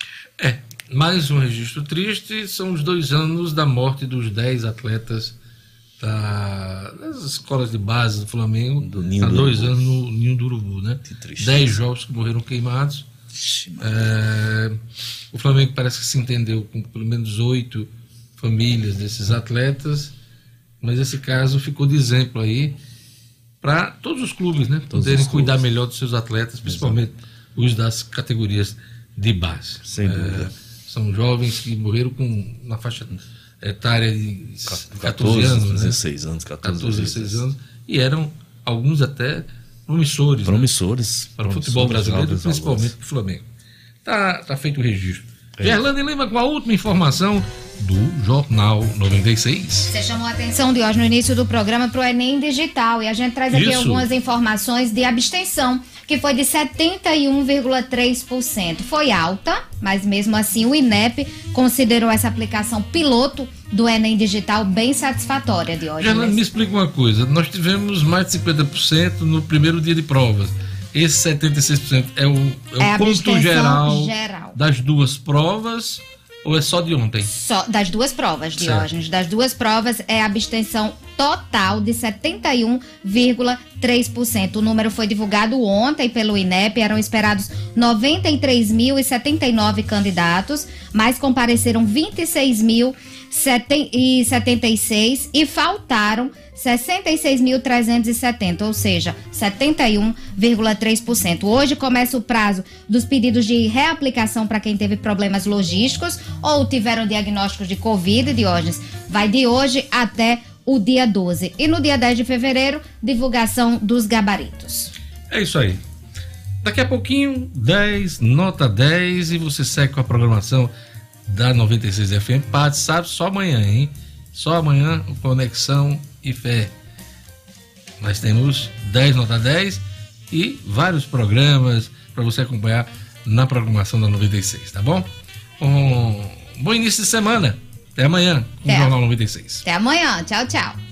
Mais um registro triste, são os 2 anos da morte dos 10 atletas das escolas de base do Flamengo, há 2 anos no Ninho do Urubu, né? 10 jovens que morreram queimados. O Flamengo parece que se entendeu com pelo menos 8 famílias desses atletas, mas esse caso ficou de exemplo aí para todos os clubes, né? Poderem cuidar melhor dos seus atletas, principalmente os das categorias de base. Sem dúvida. São jovens que morreram na faixa etária de 14 anos, 16 anos, 14, 16 anos, e eram alguns até promissores para o futebol brasileiro, principalmente para o Flamengo. Tá feito o registro. Gerlane Lima com a última informação do Jornal 96. Você chamou a atenção, Diógenes, no início do programa para o Enem Digital, e a gente traz aqui algumas informações de abstenção, que foi de 71,3%. Foi alta, mas mesmo assim o INEP considerou essa aplicação piloto do Enem Digital bem satisfatória, Diógenes. Gerlane, me explica uma coisa, nós tivemos mais de 50% no primeiro dia de provas. Esse 76% é o ponto geral das 2 provas, ou é só de ontem? Só das 2 provas, Diógenes. Das 2 provas é a abstenção total de 71,3%. O número foi divulgado ontem pelo INEP, eram esperados 93.079 candidatos, mas compareceram 26.076 e faltaram 66.370, ou seja, 71,3%. Hoje começa o prazo dos pedidos de reaplicação para quem teve problemas logísticos ou tiveram diagnósticos de Covid, Diógenes. Vai de hoje até o dia 12. E no dia 10 de fevereiro, divulgação dos gabaritos. É isso aí. Daqui a pouquinho, 10, nota 10, e você segue com a programação da 96 FM. Pode, sabe, só amanhã, hein? Só amanhã, Conexão e Fé. Nós temos 10 nota 10 e vários programas para você acompanhar na programação da 96, tá bom? Bom início de semana. Até amanhã com o Jornal 96. Até amanhã. Tchau, tchau.